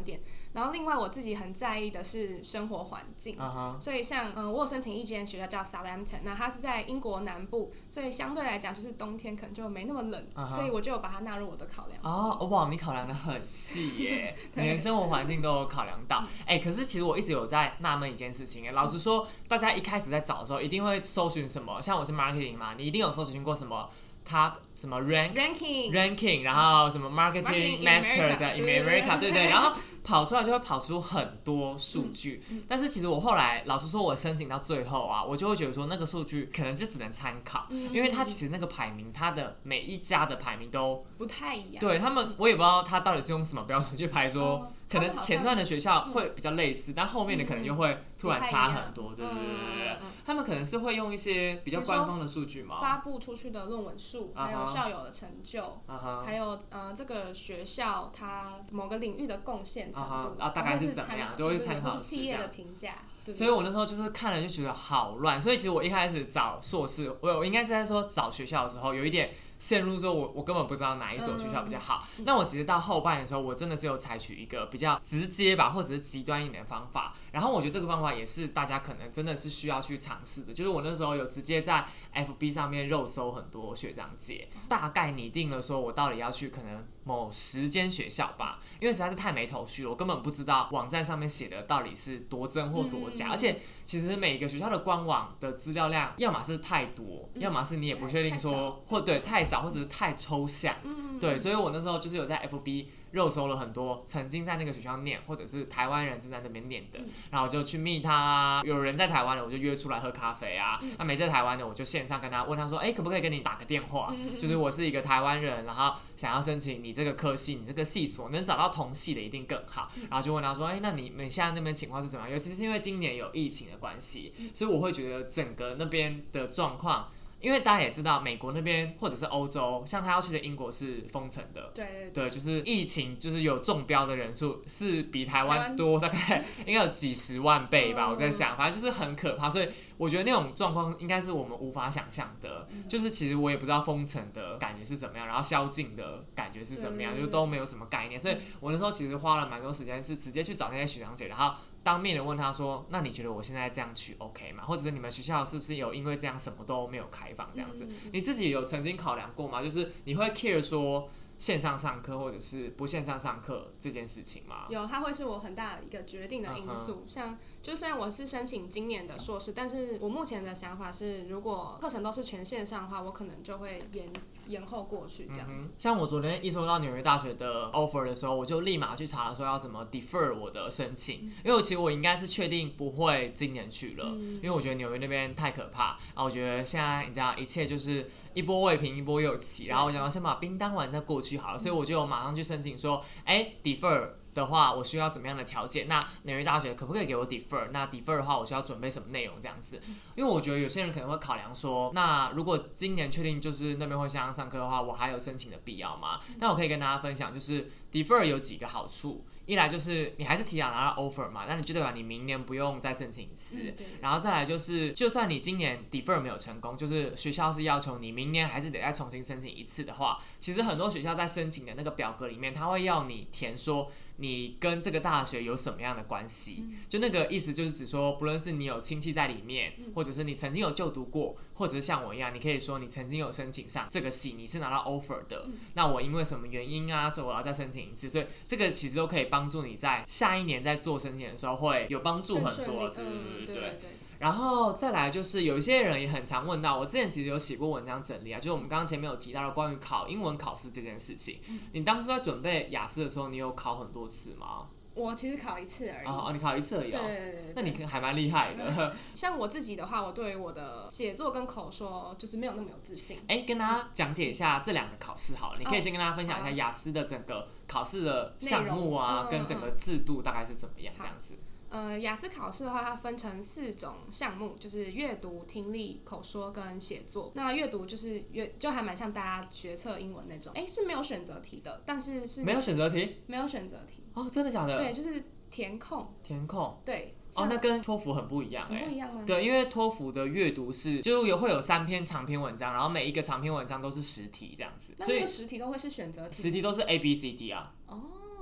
然后另外我自己很在意的是生活环境， uh-huh. 所以像嗯，我有申请一间学校叫 Southampton， 那它是在英国南部，所以相对来讲就是冬天可能就没那么冷， uh-huh. 所以我就有把它纳入我的考量。 哦，哇，你考量的很细耶，你连生活环境都有考量到。哎、欸，可是其实我一直有在纳闷一件事情，哎，老实说，大家一开始在找的时候，一定会搜寻什么？像我是 marketing 嘛，你一定有搜寻过什么 top 什么 rank ranking ranking， 然后什么 marketing master 的 in America， 对不对？然后跑出来就会跑出很多数据、嗯嗯，但是其实我后来老实说，我申请到最后啊，我就会觉得说那个数据可能就只能参考、嗯，因为它其实那个排名，它的每一家的排名都不太一样。 对他们，我也不知道他到底是用什么标准去排说。哦，可能前段的学校会比较类似，嗯、但后面的可能又会突然差很多，对对对对对。他们可能是会用一些比较官方的数据嘛， 发布出去的论文数，还有校友的成就， uh-huh. 还有呃这个学校它某个领域的贡献程度， uh-huh. 啊，大概是怎么样，都会参考是企业的评价。 所以我那时候就是看了就觉得好乱，所以其实我一开始找硕士，我我应该是在说找学校的时候，有一点陷入说我我根本不知道哪一所学校比较好。嗯、那我其实到后半的时候，我真的是有采取一个比较直接吧，或者是极端一点的方法。然后我觉得这个方法也是大家可能真的是需要去尝试的，就是我那时候有直接在 F B 上面肉搜很多学长姐，大概拟定了说我到底要去可能某十间学校吧，因为实在是太没头绪了，我根本不知道网站上面写的到底是多真或多假。嗯、而且其实每个学校的官网的资料量，要么是太多，嗯、要么是你也不确定说，或对太少，或者是太抽象。嗯、对，所以我那时候就是有在 F B 肉搜了很多曾经在那个学校念，或者是台湾人正在那边念的，嗯、然后我就去密他啊，有人在台湾的我就约出来喝咖啡啊，那、嗯啊、没在台湾的我就线上跟他问他说，哎、欸，可不可以跟你打个电话？嗯、就是我是一个台湾人，然后想要申请你这个科系，你这个系所能找到同系的一定更好。然后就问他说，哎、欸，那你你现在那边情况是怎么样？尤其是因为今年有疫情的关系，所以我会觉得整个那边的状况。因为大家也知道，美国那边或者是欧洲，像他要去的英国是封城的， 对对对, 对，就是疫情，就是有中标的人数是比台湾多，大概应该有几十万倍吧。我在想，反正就是很可怕，所以我觉得那种状况应该是我们无法想象的。就是其实我也不知道封城的感觉是怎么样，然后宵禁的感觉是怎么样，就都没有什么概念。所以我那时候其实花了蛮多时间，是直接去找那些学长姐，然后当面的问他说，那你觉得我现在这样去 OK 吗？或者是你们学校是不是有因为这样什么都没有开放这样子？嗯、你自己有曾经考量过吗？就是你会 care 说线上上课或者是不线上上课这件事情吗？ 有，它会是我很大的一个决定的因素。Uh-huh. 像就虽然我是申请今年的硕士，但是我目前的想法是，如果课程都是全线上的话，我可能就会延延后过去这样子。嗯、 像我昨天一收到纽约大学的 offer 的时候，我就立马去查说要怎么 defer 我的申请，嗯、因为其实我应该是确定不会今年去了，嗯、因为我觉得纽约那边太可怕。然后我觉得现在你知道一切就是一波未平一波又起，然后我想要先把冰当完再过去好了，所以我就马上去申请说，哎、欸、，defer 的话，我需要怎么样的条件？那纽约大学可不可以给我 defer？ 那 defer 的话，我需要准备什么内容这样子？因为我觉得有些人可能会考量说，那如果今年确定就是那边会线上上课的话，我还有申请的必要吗？那我可以跟大家分享，就是 defer 有几个好处。一来就是你还是提早拿到 offer 嘛，那你就代表你明年不用再申请一次。嗯、然后再来就是，就算你今年 defer 没有成功，就是学校是要求你明年还是得再重新申请一次的话，其实很多学校在申请的那个表格里面，他会要你填说你跟这个大学有什么样的关系。嗯、就那个意思就是指说，不论是你有亲戚在里面，嗯、或者是你曾经有就读过，或者是像我一样，你可以说你曾经有申请上这个系，你是拿到 offer 的。嗯、那我因为什么原因啊，所以我要再申请一次，所以这个其实都可以帮。帮助你在下一年在做申请的时候会有帮助很多，对对对对对。然后再来就是有一些人也很常问到，我之前其实有写过文章整理啊，就是我们刚刚前面有提到的关于考英文考试这件事情。嗯、你当初在准备雅思的时候，你有考很多次吗？ 我其实考一次而已。 哦，你考一次而已哦。 对对对对。 那你还蛮厉害的。 像我自己的话，我对于我的写作跟口说就是没有那么有自信。 哎，跟大家讲解一下这两个考试好了，你可以先跟大家分享一下雅思的整个考试的项目啊，跟整个制度大概是怎么样这样子。 呃，雅思考试的话，它分成四种项目，就是阅读、听力、口说跟写作。那阅读就是阅，就还蛮像大家学测英文那种，哎，是没有选择题的，但是是没有选择题， 没有选择题哦，真的假的？ 对，就是填空， 填空， 对。 哦，那跟托福很不一样哎、欸， 很不一样吗？ 对，因为托福的阅读是就有会有三篇长篇文章，然后每一个长篇文章都是十题这样子， 那那个十题都会是选择题， 十题都是 A B C D 啊。 哦。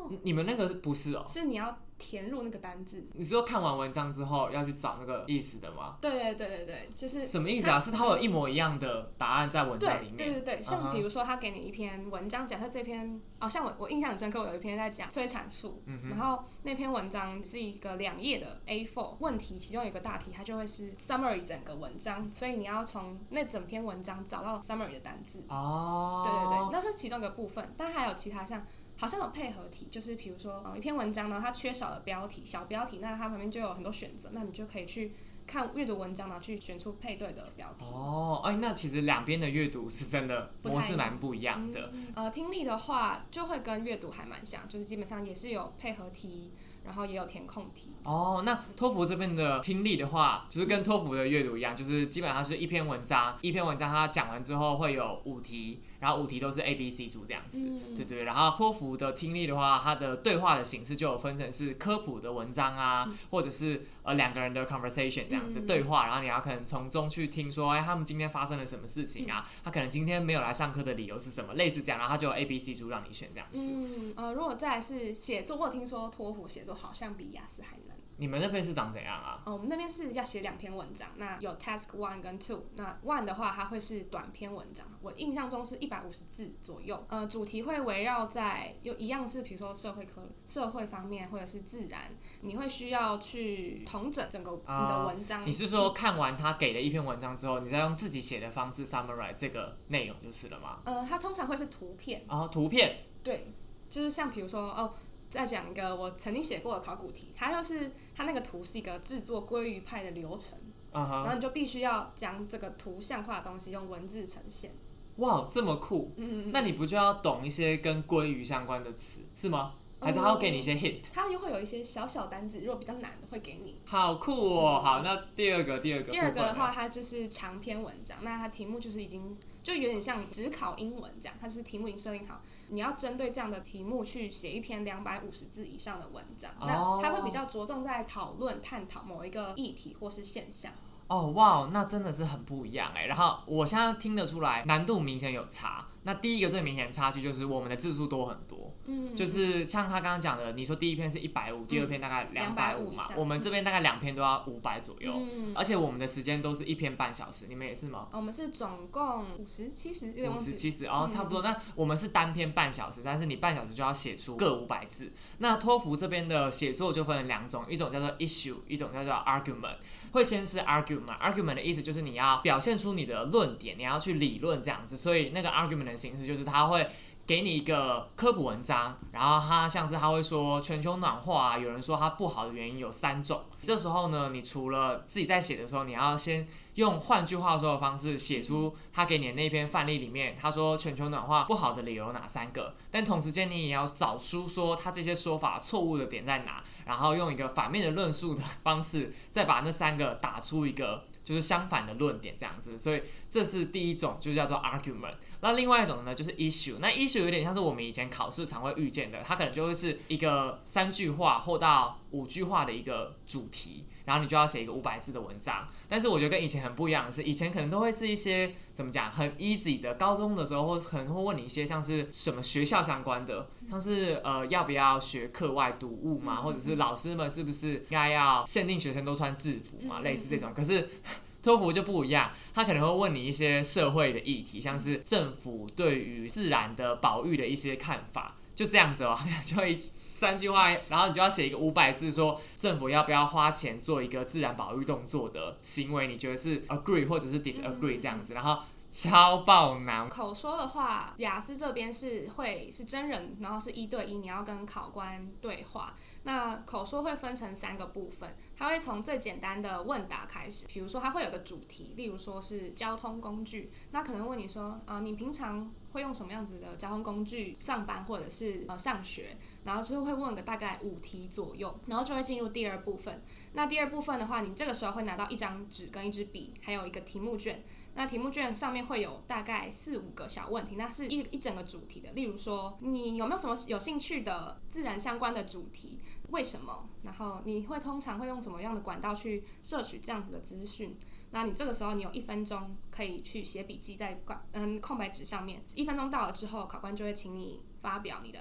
哦， 你们那个不是哦？ 是你要填入那个单字。 你是说看完文章之后要去找那个意思的吗？ 对对对对对，就是什么意思啊？是它会有一模一样的答案在文章里面？ 对对对对，像比如说他给你一篇文章，假设这篇哦，像我我印象很深刻，我有一篇在讲催产素，嗯、然后那篇文章是一个两页的 A 四 问题，其中有一个大题，它就会是 summary 整个文章，所以你要从那整篇文章找到 summary 的单字。 哦， 对对对，那是其中一个部分，但还有其他像。好像有配合题，就是比如说、呃、一篇文章呢，它缺少了标题，小标题，那它旁边就有很多选择，那你就可以去看阅读文章，然后去选出配对的标题。 哦，哎，那其实两边的阅读是真的模式蛮不一样的。 嗯、呃，听力的话就会跟阅读还蛮像，就是基本上也是有配合题，然后也有填空题。 哦，那托福这边的听力的话，就是跟托福的阅读一样，就是基本上是一篇文章，一篇文章它讲完之后会有五题。然后五题都是 A B C 组这样子，嗯、对对。然后托福的听力的话，它的对话的形式就有分成是科普的文章啊，嗯、或者是呃两个人的 conversation 这样子、嗯、对话，然后你要可能从中去听说，哎，他们今天发生了什么事情啊？他可能今天没有来上课的理由是什么？类似这样，然后他就有 A B C 组让你选这样子。 嗯呃，如果再来是写作，我听说托福写作好像比雅思还难。 你们那边是长怎样啊？ 哦，我们那边是要写两篇文章，那有 task one 跟 two。那 one 的话，它会是短篇文章，我印象中是一百五十字左右。呃，主题会围绕在又一样是比如说社会科、社会方面或者是自然，你会需要去统整整个你的文章。 呃、你是说看完他给的一篇文章之后，你再用自己写的方式 summarize 这个内容就是了吗？ 呃，它通常会是图片。 哦，图片。 对，就是像比如说哦。再讲一个我曾经写过的考古题，它就是它那个图是一个制作鲑鱼派的流程， uh-huh. 然后你就必须要将这个图像化的东西用文字呈现。 哇，这么酷！嗯嗯，那你不就要懂一些跟鲑鱼相关的词是吗？还是他会给你一些 hint？ 他又会有一些小小单字，如果比较难的会给你。 好酷哦！好，那第二个，第二个， 第二个的话，它就是长篇文章。那它题目就是已经就有点像只考英文这样，它是题目已经设定好，你要针对这样的题目去写一篇两百五十字以上的文章。哦、那它会比较着重在讨论、探讨某一个议题或是现象。 哦，哇，那真的是很不一样哎。然后我现在听得出来，难度明显有差。那第一个最明显的差距就是我们的字数多很多，嗯，就是像他刚刚讲的，你说第一篇是一百五，第二篇大概两百五嘛，我们这边大概两篇都要五百左右，嗯，而且我们的时间都是一篇半小时，你们也是吗？ 我们是总共五十七十， 五十七十，哦，差不多。那我们是单篇半小时，但是你半小时就要写出各五百字。那托福这边的写作就分成两种，一种叫做 issue， 一种叫做 argument。会先是 argument，argument 的意思就是你要表现出你的论点，你要去理论这样子，所以那个 argument 的形式就是它会给你一个科普文章，然后它像是它会说全球暖化啊，有人说它不好的原因有三种。这时候呢，你除了自己在写的时候，你要先用换句话说的方式写出他给你的那篇范例里面，他说全球暖化不好的理由有哪三个，但同时间你也要找出说他这些说法错误的点在哪，然后用一个反面的论述的方式，再把那三个打出一个就是相反的论点这样子，所以这是第一种，就叫做 argument。那另外一种呢，就是 issue。那 issue 有点像是我们以前考试常会遇见的，它可能就会是一个三句话或到五句话的一个主题，然后你就要写一个五百字的文章。但是我觉得跟以前很不一样的是，以前可能都会是一些怎么讲很 easy 的，高中的时候或可能会问你一些像是什么学校相关的，像是呃要不要学课外读物嘛，或者是老师们是不是应该要限定学生都穿制服嘛，类似这种。可是托福就不一样，他可能会问你一些社会的议题，像是政府对于自然的保育的一些看法，就这样子哦，就会三句话，然后你就要写一个五百字，说政府要不要花钱做一个自然保育动作的行为，你觉得是 agree 或者是 disagree 这样子，然后超爆难。 口说的话，雅思这边是会是真人，然后是一对一，你要跟考官对话。那口说会分成三个部分，它会从最简单的问答开始，比如说它会有个主题，例如说是交通工具，那可能会问你说，呃，你平常会用什么样子的交通工具上班或者是呃上学，然后就会问个大概五题左右，然后就会进入第二部分。那第二部分的话，你这个时候会拿到一张纸跟一支笔，还有一个题目卷。那题目卷上面会有大概四五个小问题，那是一一整个主题的。例如说，你有没有什么有兴趣的自然相关的主题？为什么？然后你会通常会用什么样的管道去摄取这样子的资讯？那你这个时候你有一分钟可以去写笔记在嗯空白纸上面。一分钟到了之后，考官就会请你发表你的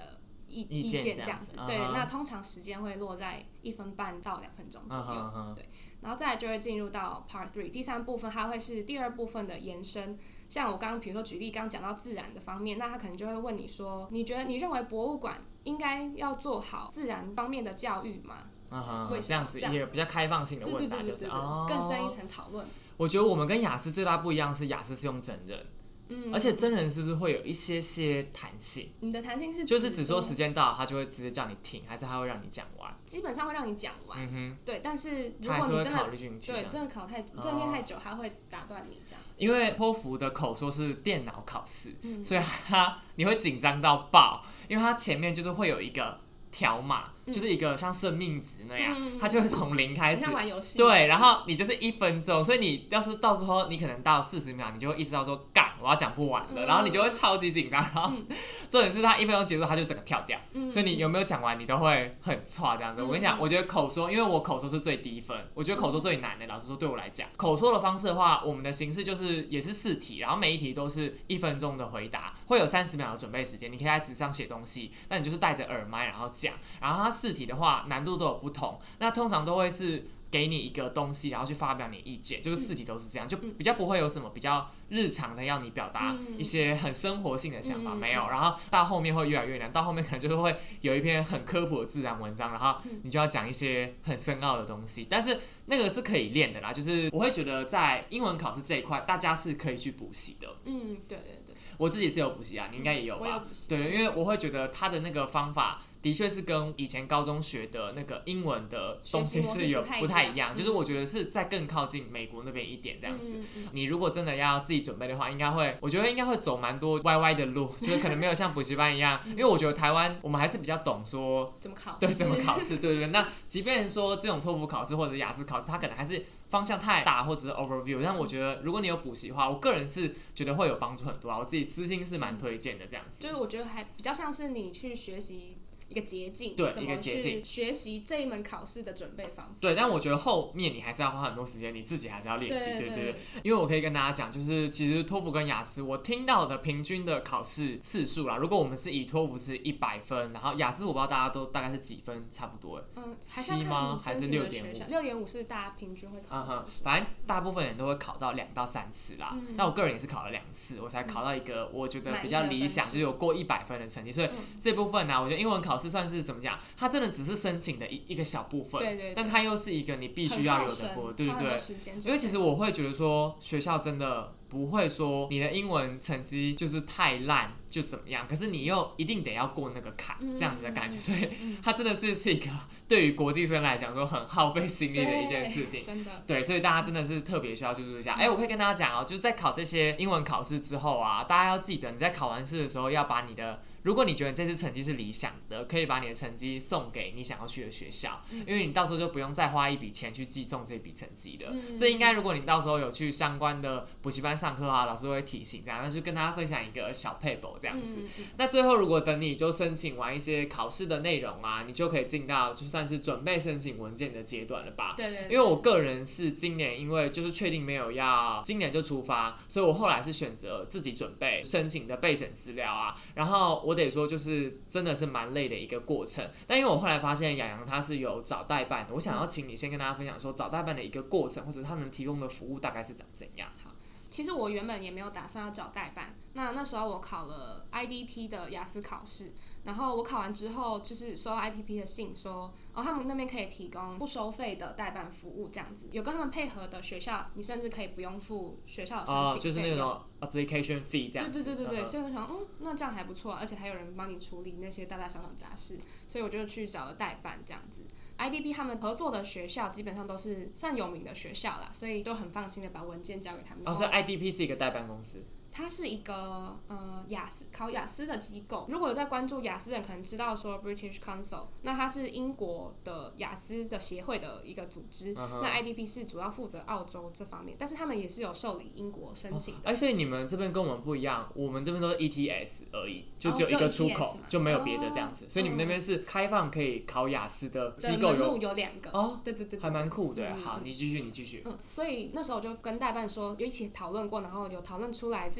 意意见这样子。 子对， uh-huh. 那通常时间会落在一分半到两分钟左右。 Uh-huh, uh-huh. 对，然后再来就会进入到 Part Three， 第三部分它会是第二部分的延伸。像我刚刚比如说举例，刚刚讲到自然的方面，那他可能就会问你说，你觉得你认为博物馆应该要做好自然方面的教育吗？ 嗯哼， 为什么这样子一个比较开放性的问答，就是哦， 更深一层讨论。 我觉得我们跟雅思最大不一样是雅思是用真人。嗯，而且真人是不是会有一些些弹性？ 你的弹性是就是只说时间到了，他就会直接叫你停，还是他会让你讲完？ 基本上会让你讲完。嗯哼，对。但是如果你真的对真的考太真的念太久，他会打断你这样。 因为托福的口说是电脑考试，嗯、所以他你会紧张到爆，因为他前面就是会有一个条码。就是一个像生命值那样，嗯、它就会从零开始， 像玩游戏， 对，然后你就是一分钟，所以你要是到时候你可能到四十秒，你就会意识到说干，我要讲不完了，嗯、然后你就会超级紧张，然后、嗯、重点是他一分钟结束，他就整个跳掉，嗯、所以你有没有讲完，你都会很差这样子。嗯、我跟你讲，我觉得口说，因为我口说是最低分，我觉得口说最难的，老实说对我来讲，口说的方式的话，我们的形式就是也是四题，然后每一题都是一分钟的回答，会有三十秒的准备时间，你可以在纸上写东西，那你就是戴着耳麦然后讲，然后它四题的话。难度都有不同，那通常都会是给你一个东西，然后去发表你意见，就是四题都是这样，就比较不会有什么比较日常的要你表达一些很生活性的想法，没有。然后到后面会越来越难，到后面可能就是会有一篇很科普的自然文章，然后你就要讲一些很深奥的东西，但是那个是可以练的啦，就是我会觉得在英文考试这一块，大家是可以去补习的。 嗯，对对对， 我自己是有补习啊，你应该也有吧？ 我有补习。 对对，因为我会觉得他的那个方法。的确是跟以前高中学的那个英文的东西是有不太一样，嗯、就是我觉得是再更靠近美国那边一点这样子。嗯嗯、你如果真的要自己准备的话，应该会，我觉得应该会走蛮多歪歪的路，就是可能没有像补习班一样，因为我觉得台湾我们还是比较懂说怎么考， 对怎么考试，对对对。那即便说这种托福考试或者雅思考试，它可能还是方向太大或者是 overview， 但我觉得如果你有补习的话，我个人是觉得会有帮助很多啊，我自己私心是蛮推荐的这样子。 就是我觉得还比较像是你去学习。一个捷径， 对，一个捷径， 学习这一门考试的准备方法。 对，但我觉得后面你还是要花很多时间，你自己还是要练习，对对 对, 对。因为我可以跟大家讲，就是其实托福跟雅思，我听到的平均的考试次数啦，如果我们是以托福是一百分，然后雅思我不知道大家都大概是几分，差不多，嗯，七吗？还是六点五？ 六点五是大家平均会考。 嗯哼，反正大部分人都会考到两到三次啦。嗯、那我个人也是考了两次，我才考到一个我觉得比较理想，就是有过一百分的成绩。所以这部分呢、啊，我觉得英文考试算是怎么讲？它真的只是申请的一一个小部分， 对对对， 但它又是一个你必须要有的过，对对对。因为其实我会觉得说，学校真的不会说你的英文成绩就是太烂就怎么样，可是你又一定得要过那个坎，嗯、这样子的感觉，所以它真的是是一个对于国际生来讲说很耗费心力的一件事情， 真的。 对，所以大家真的是特别需要去注意一下。哎、欸，我可以跟大家讲哦，就是在考这些英文考试之后啊，大家要记得你在考完试的时候要把你的。如果你觉得这次成绩是理想的，可以把你的成绩送给你想要去的学校，嗯、因为你到时候就不用再花一笔钱去寄送这笔成绩的。嗯、这应该如果你到时候有去相关的补习班上课啊，老师会提醒这样，那就跟大家分享一个小撇步这样子。嗯嗯、那最后如果等你就申请完一些考试的内容啊，你就可以进到就算是准备申请文件的阶段了吧？ 对对对。 因为我个人是今年因为就是确定没有要今年就出发，所以我后来是选择自己准备申请的备审资料啊，然后我。我得说，就是真的是蛮累的一个过程。但因为我后来发现洋洋他是有找代办的，我想要请你先跟大家分享说找代办的一个过程，或者他能提供的服务大概是长怎样。 好，其实我原本也没有打算要找代办。那那时候我考了 I D P 的雅思考试，然后我考完之后就是收到 I D P 的信说，哦，他们那边可以提供不收费的代办服务，这样子有跟他们配合的学校，你甚至可以不用付学校的申请费用， 哦，就是那种 application fee 这样子。 对对对对对，所以我想，嗯，那这样还不错，而且还有人帮你处理那些大大小小的杂事，所以我就去找了代办这样子。I D P 他们合作的学校基本上都是算有名的学校啦，所以都很放心的把文件交给他们。 哦，所以 I D P 是一个代办公司。 它是一个呃雅思考雅思的机构，如果有在关注雅思的人，可能知道说 British Council， 那它是英国的雅思的协会的一个组织。Uh-huh. 那 I D P 是主要负责澳洲这方面，但是他们也是有受理英国申请的。 哎、哦欸，所以你们这边跟我们不一样，我们这边都是 E T S 而已，就只有一个出口，哦、就没有别的这样子。哦、所以你们那边是开放可以考雅思的机构有， 门路有两个。 哦， 对对 对, 对， 还蛮酷的。嗯、好，你继续，你继续。 嗯，所以那时候我就跟代办说，有一起讨论过，然后有讨论出来自己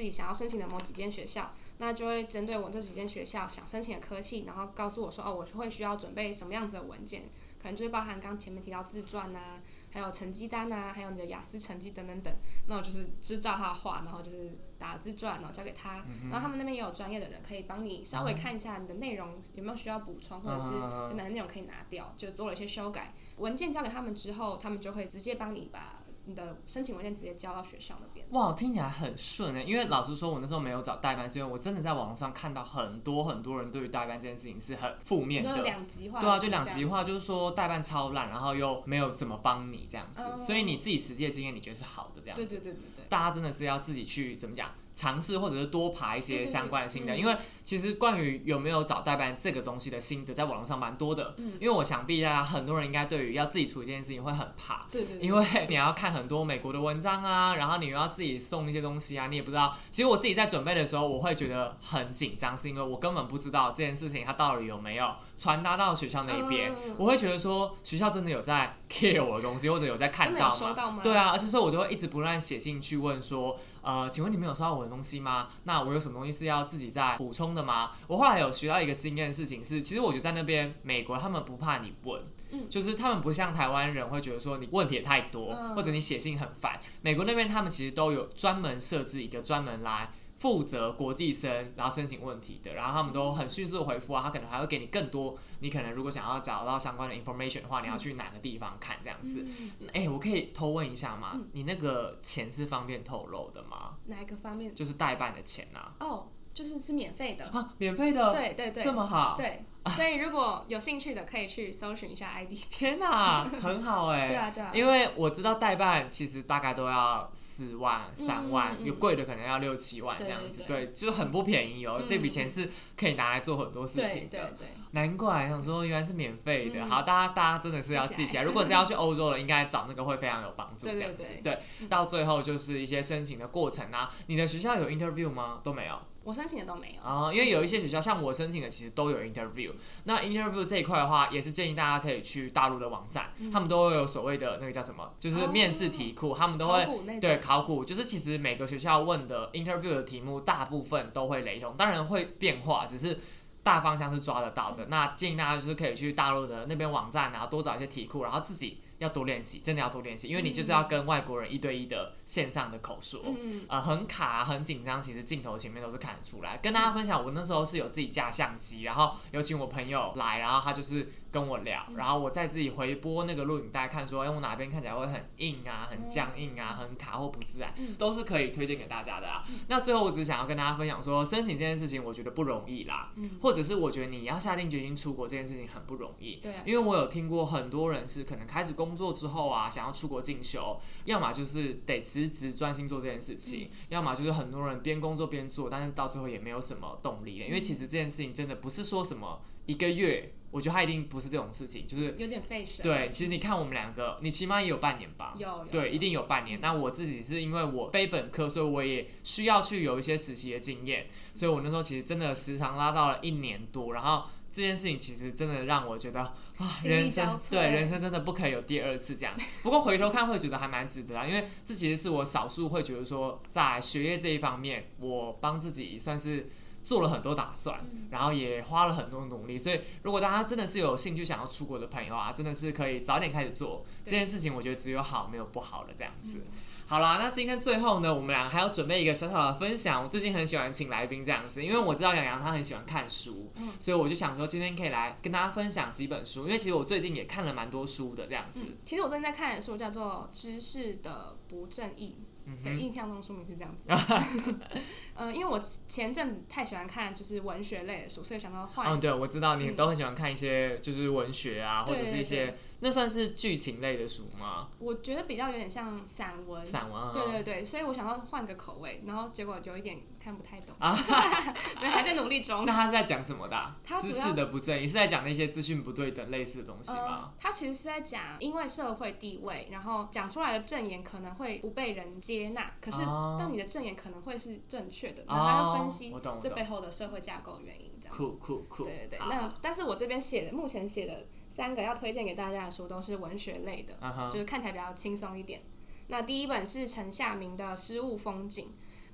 己想要申请的某几间学校，那就会针对我这几间学校想申请的科系，然后告诉我说，哦，我会需要准备什么样子的文件，可能就是包含刚刚前面提到自传啊，还有成绩单啊，还有你的雅思成绩等等等。那我就是就是照他的话，然后就是打自传，然后交给他，嗯、然后他们那边也有专业的人可以帮你稍微看一下你的内容有没有需要补充，或者是有哪些内容可以拿掉，就做了一些修改。文件交给他们之后，他们就会直接帮你把你的申请文件直接交到学校那边。 哇，听起来很顺诶！因为老实说，我那时候没有找代办，是因为我真的在网络上看到很多很多人对于代办这件事情是很负面的， 两极化。 对啊，就两极化，就是说代办超烂，然后又没有怎么帮你这样子，嗯、所以你自己实际的经验你觉得是好的这样子。 对对对对对。 大家真的是要自己去怎么讲？尝试或者是多爬一些相关的心得，因为其实关于有没有找代办这个东西的心得，在网络上蛮多的。嗯、因为我想必大家很多人应该对于要自己处理这件事情会很怕， 对对对， 因为你要看很多美国的文章啊，然后你又要自己送一些东西啊，你也不知道。其实我自己在准备的时候，我会觉得很紧张，是因为我根本不知道这件事情它到底有没有传达到学校那一边。嗯、我会觉得说学校真的有在 care 我的东西，或者有在看到吗？ 真的有收到吗？ 对啊，而且所以我就会一直不断写信去问说，呃，请问你们有收到我的东西吗？那我有什么东西是要自己再补充的吗？我后来有学到一个经验的事情是，其实我觉得在那边美国他们不怕你问，嗯、就是他们不像台湾人会觉得说你问题也太多，嗯、或者你写信很烦。美国那边他们其实都有专门设置一个专门来负责国际生然后申请问题的，然后他们都很迅速的回复啊，他可能还会给你更多，你可能如果想要找到相关的 information 的话，你要去哪个地方看这样子。哎、嗯欸，我可以偷问一下吗？嗯、你那个钱是方便透露的吗？ 哪一个方面？ 就是代办的钱啊。 哦，就是是免费的啊，免费的。 对对对， 这么好。 对。所以如果有兴趣的，可以去搜寻一下 I D。 天哪，很好哎、欸！ 对啊对啊， 因为我知道代办其实大概都要四万、三万，嗯嗯嗯、有贵的可能要六七万这样子，对，对，对，就很不便宜哦。嗯、这笔钱是可以拿来做很多事情的。 对对对， 难怪想说原来是免费的。嗯、好，大家大家真的是要记起来，如果是要去欧洲的，应该找那个会非常有帮助这样子。对, 对, 对, 对，到最后就是一些申请的过程啊。你的学校有 interview 吗？都没有。 我申请的都没有啊、哦，因为有一些学校，像我申请的，其实都有 interview。那 interview 这一块的话，也是建议大家可以去大陆的网站，嗯、他们都会有所谓的那个叫什么，就是面试题库，哦、他们都会考对考古，就是其实每个学校问的 interview 的题目，大部分都会雷同，当然会变化，只是大方向是抓得到的。嗯、那建议大家就是可以去大陆的那边网站，然后多找一些题库，然后自己要多练习，真的要多练习，因为你就是要跟外国人一对一的线上的口说，嗯、呃，很卡、很紧张，其实镜头前面都是看得出来。跟大家分享，我那时候是有自己架相机，然后有请我朋友来，然后他就是跟我聊，然后我再自己回播那个录影带看说，哎，我哪边看起来会很硬啊、很僵硬啊、很卡或不自然，都是可以推荐给大家的啊。那最后我只想要跟大家分享说，申请这件事情我觉得不容易啦，或者是我觉得你要下定决心出国这件事情很不容易， 对， 因为我有听过很多人是可能开始工作之后啊，想要出国进修，要么就是得辞职专心做这件事情，嗯、要么就是很多人边工作边做，但是到最后也没有什么动力了。因为其实这件事情真的不是说什么一个月，我觉得它一定不是这种事情，就是有点费神。 对，其实你看我们两个，你起码也有半年吧？ 有，有对，一定有半年。那我自己是因为我非本科，所以我也需要去有一些实习的经验，所以我那时候其实真的时长拉到了一年多，然后。这件事情其实真的让我觉得啊，人生对人生真的不可以有第二次这样。不过回头看会觉得还蛮值得啊，因为这其实是我少数会觉得说，在学业这一方面，我帮自己算是做了很多打算，然后也花了很多努力。所以如果大家真的是有兴趣想要出国的朋友啊，真的是可以早点开始做这件事情。我觉得只有好没有不好的这样子。嗯好啦，那今天最后呢，我们两个还要准备一个小小的分享。我最近很喜欢请来宾这样子，因为我知道洋洋他很喜欢看书，嗯、所以我就想说今天可以来跟大家分享几本书。因为其实我最近也看了蛮多书的这样子。 嗯、其实我最近在看的书叫做《知识的不正义》。对，印象中书名是这样子。呃，因为我前阵太喜欢看就是文学类的书，所以想到换。 嗯，对，我知道你都很喜欢看一些就是文学啊，嗯、或者是一些对对对那算是剧情类的书吗？ 我觉得比较有点像散文。 散文。 对对对，所以我想要换个口味，然后结果有一点看不太懂，啊、还在努力中。 那他是在讲什么的、啊？ 他知识的不正义是在讲那些资讯不对等类似的东西吗？呃、 他其实是在讲，因为社会地位，然后讲出来的证言可能会不被人接纳，可是当你的证言可能会是正确的，然后他要分析这背后的社会架构原因，这样。 酷酷酷。 对对对，那但是我这边写的，目前写的三个要推荐给大家的书都是文学类的， uh-huh. 就是看起来比较轻松一点。那第一本是陈夏明的《失物风景》。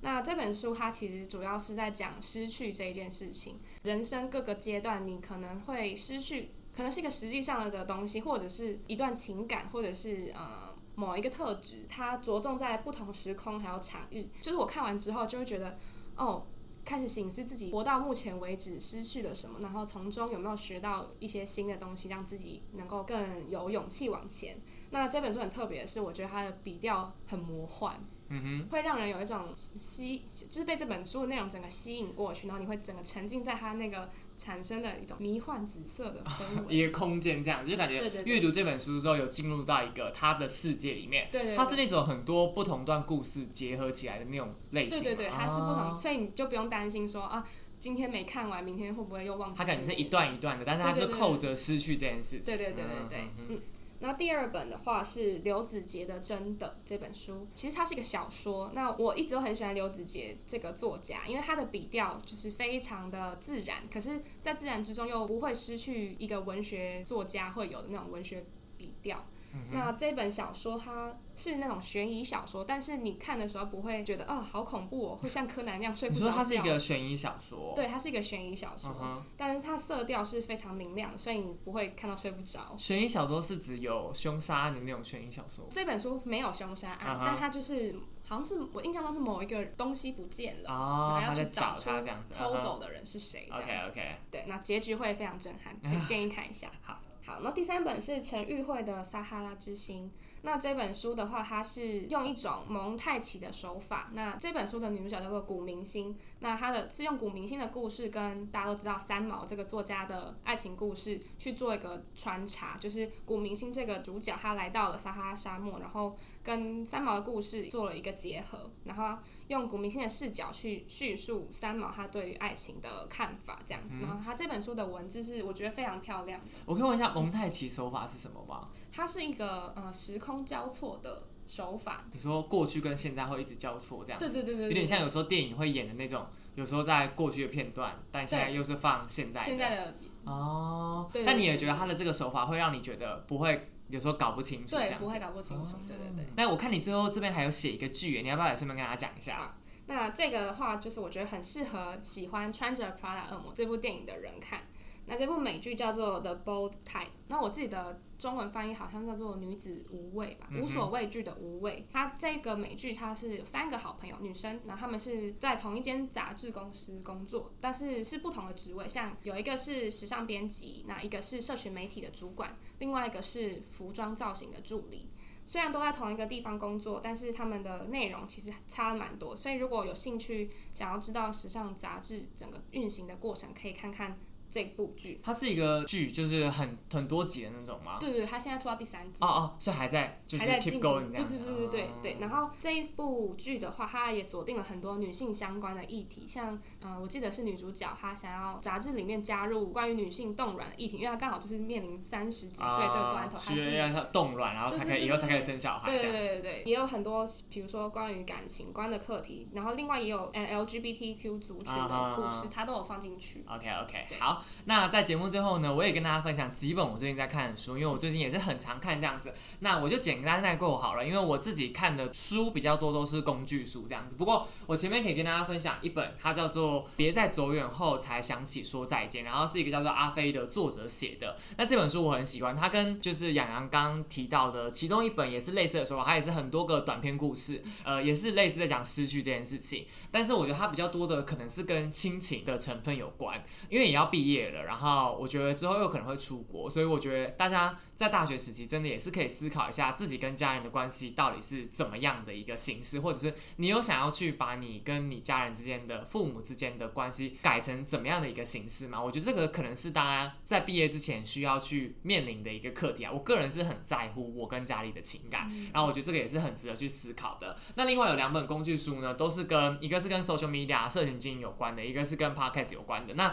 那这本书它其实主要是在讲失去这一件事情，人生各个阶段你可能会失去，可能是一个实际上的东西，或者是一段情感，或者是呃某一个特质，它着重在不同时空还有场域。就是我看完之后就会觉得，哦，开始省思自己活到目前为止失去了什么，然后从中有没有学到一些新的东西，让自己能够更有勇气往前。那这本书很特别的是，我觉得它的笔调很魔幻。 嗯哼， 会让人有一种吸，就是被这本书的内容整个吸引过去，然后你会整个沉浸在它那个产生的一种迷幻紫色的氛围， 一个空间这样，就感觉阅读这本书之后有进入到一个它的世界里面， 对对对， 它是那种很多不同段故事结合起来的那种类型， 对对对，它是不同， 啊、 所以你就不用担心说啊，今天没看完，明天会不会又忘记？ 它感觉是一段一段的，但是它是扣着失去这件事情， 对对对对对，嗯。嗯嗯那第二本的话是刘子杰的《真的》这本书，其实它是一个小说。那我一直都很喜欢刘子杰这个作家，因为他的笔调就是非常的自然，可是，在自然之中又不会失去一个文学作家会有的那种文学笔调。嗯、那这本小说它是那种悬疑小说，但是你看的时候不会觉得啊、哦、好恐怖哦，会像柯南那样睡不着觉。 你说它是一个悬疑小说？ 对，它是一个悬疑小说，嗯、但是它色调是非常明亮，所以你不会看到睡不着。 悬疑小说是指有凶杀案的那种悬疑小说？ 这本书没有凶杀案，嗯、但它就是好像是我印象中是某一个东西不见了， 哦、 然后要去找他这样子， 偷走的人是谁。这样子 OK OK， 对，那结局会非常震撼，可以建议看一下。 好。 好，那第三本是陈玉慧的《撒哈拉之心》。那这本书的话，它是用一种蒙太奇的手法。那这本书的女主角叫做古明星，那她的是用古明星的故事跟大家都知道三毛这个作家的爱情故事去做一个穿插，就是古明星这个主角她来到了撒哈拉沙漠，然后跟三毛的故事做了一个结合，然后用古明星的视角去叙述三毛他对于爱情的看法，这样子。嗯、然后他这本书的文字是我觉得非常漂亮的。 我可以问一下蒙太奇手法是什么吗？ 它是一个呃时空交错的手法。 你说过去跟现在会一直交错这样子？ 对对对 对, 对， 有点像有时候电影会演的那种，有时候在过去的片段，但现在又是放现在的。 现在的哦， 对对对对， 但你也觉得他的这个手法会让你觉得不会有时候搞不清楚这样子？ 对，不会搞不清楚。哦、对对对。 那我看你最后这边还有写一个剧，你要不要也顺便跟大家讲一下？ 好，那这个的话，就是我觉得很适合喜欢穿着 Prada 恶魔这部电影的人看。那这部美剧叫做 The Bold Type， 那我自己的中文翻译好像叫做女子无畏吧，无所畏惧的无畏。它这个美剧它是有三个好朋友女生，然后她们是在同一间杂志公司工作，但是是不同的职位，像有一个是时尚编辑，那一个是社群媒体的主管，另外一个是服装造型的助理。虽然都在同一个地方工作，但是他们的内容其实差蛮多，所以如果有兴趣想要知道时尚杂志整个运行的过程，可以看看这部剧。 它是一个剧，就是很很多集的那种吗？ 对对，它现在出到第三季。 哦哦，所以还在就是 keep going 这样子。 对对对对对、哦、对。然后这一部剧的话，它也锁定了很多女性相关的议题，像嗯、呃，我记得是女主角她想要杂志里面加入关于女性冻卵的议题，因为她刚好就是面临三十几岁这个关头，她需要冻卵，然后才可以以后才可以生小孩。 对对对对对，也有很多比如说关于感情观的课题，然后另外也有 L G B T Q 族群的故事，它都有放进去。 OK OK， 好，那在节目最后呢，我也跟大家分享几本我最近在看的书，因为我最近也是很常看这样子。那我就简单带过好了，因为我自己看的书比较多都是工具书这样子。不过我前面可以跟大家分享一本，它叫做《别在走远后才想起说再见》，然后是一个叫做阿飞的作者写的。那这本书我很喜欢，它跟就是洋洋刚刚提到的其中一本也是类似的手法，它也是很多个短篇故事，呃，也是类似在讲失去这件事情。但是我觉得它比较多的可能是跟亲情的成分有关，因为也要毕业了，然后我觉得之后又可能会出国，所以我觉得大家在大学时期真的也是可以思考一下自己跟家人的关系到底是怎么样的一个形式，或者是你有想要去把你跟你家人之间的父母之间的关系改成怎么样的一个形式吗？我觉得这个可能是大家在毕业之前需要去面临的一个课题啊。我个人是很在乎我跟家里的情感，然后我觉得这个也是很值得去思考的。那另外有两本工具书呢，都是跟一个是跟 social media 社群经营有关的，一个是跟 podcast 有关的。那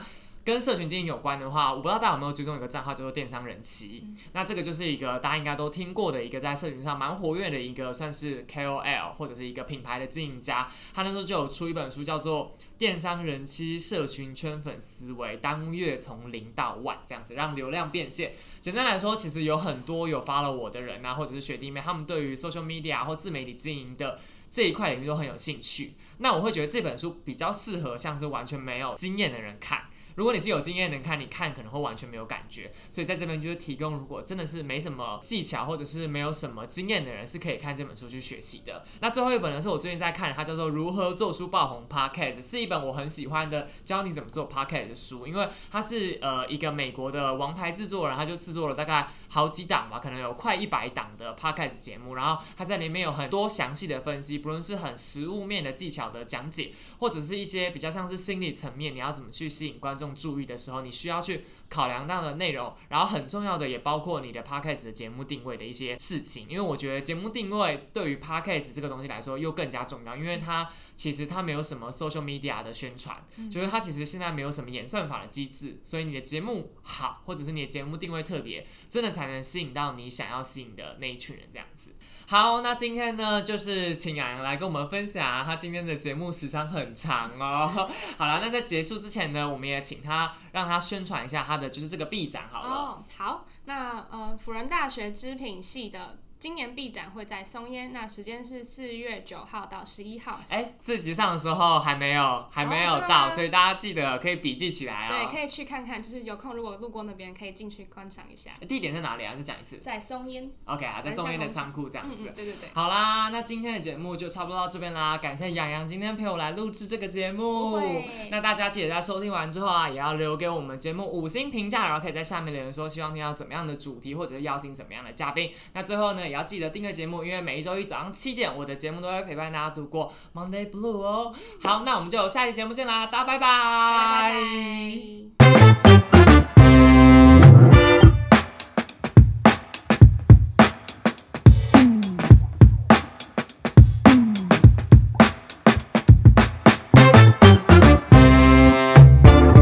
跟社群经营有关的话，我不知道大家有没有追踪一个账号叫做电商人妻、嗯、那这个就是一个大家应该都听过的一个在社群上蛮活跃的一个算是 K O L 或者是一个品牌的经营家，他那时候就有出一本书叫做电商人妻社群圈粉思维，单月从零到万这样子让流量变现。简单来说，其实有很多有 follow 我的人啊，或者是学弟妹，他们对于 social media 或自媒体经营的这一块领域都很有兴趣。那我会觉得这本书比较适合像是完全没有经验的人看。如果你是有经验的人看，你看可能会完全没有感觉，所以在这边就是提供，如果真的是没什么技巧或者是没有什么经验的人，是可以看这本书去学习的。那最后一本呢，是我最近在看的，它叫做《如何做出爆红 Podcast》，是一本我很喜欢的教你怎么做 Podcast 的书，因为它是呃一个美国的王牌制作人，他就制作了大概好几档吧，可能有快一百档的 Podcast 节目，然后他在里面有很多详细的分析，不论是很实务面的技巧的讲解，或者是一些比较像是心理层面，你要怎么去吸引观众注意的时候，你需要去考量到的内容，然后很重要的也包括你的 podcast 的节目定位的一些事情，因为我觉得节目定位对于 podcast 这个东西来说又更加重要，因为它其实它没有什么 social media 的宣传，就是它其实现在没有什么演算法的机制，所以你的节目好，或者是你的节目定位特别，真的才能吸引到你想要吸引的那一群人这样子。好，那今天呢，就是请洋洋来跟我们分享他今天的节目时长很长哦。好了，那在结束之前呢，我们也请他让他宣传一下他的就是这个毕展好了。 哦，好，那呃，辅仁大学织品系的今年毕展会在松烟，那时间是四月九号到十一号。 哎，这集上的时候还没有还没有到、哦，所以大家记得可以笔记起来哦。 对，可以去看看，就是有空如果路过那边，可以进去观赏一下。 地点在哪里啊？再讲一次。 在松烟。 OK 啊，在松烟的仓库这样子、 嗯嗯。对对对。 好啦，那今天的节目就差不多到这边啦，感谢洋洋今天陪我来录制这个节目。那大家记得在收听完之后啊，也要留给我们节目五星评价，然后可以在下面留言说希望听到怎么样的主题，或者是邀请怎么样的嘉宾。那最后呢，也要记得订阅节目。因为每一周一早上七点，我的节目都会陪伴大家度过 Monday Blue 哦。好，那我们就下期节目见啦，大家拜拜。 拜拜。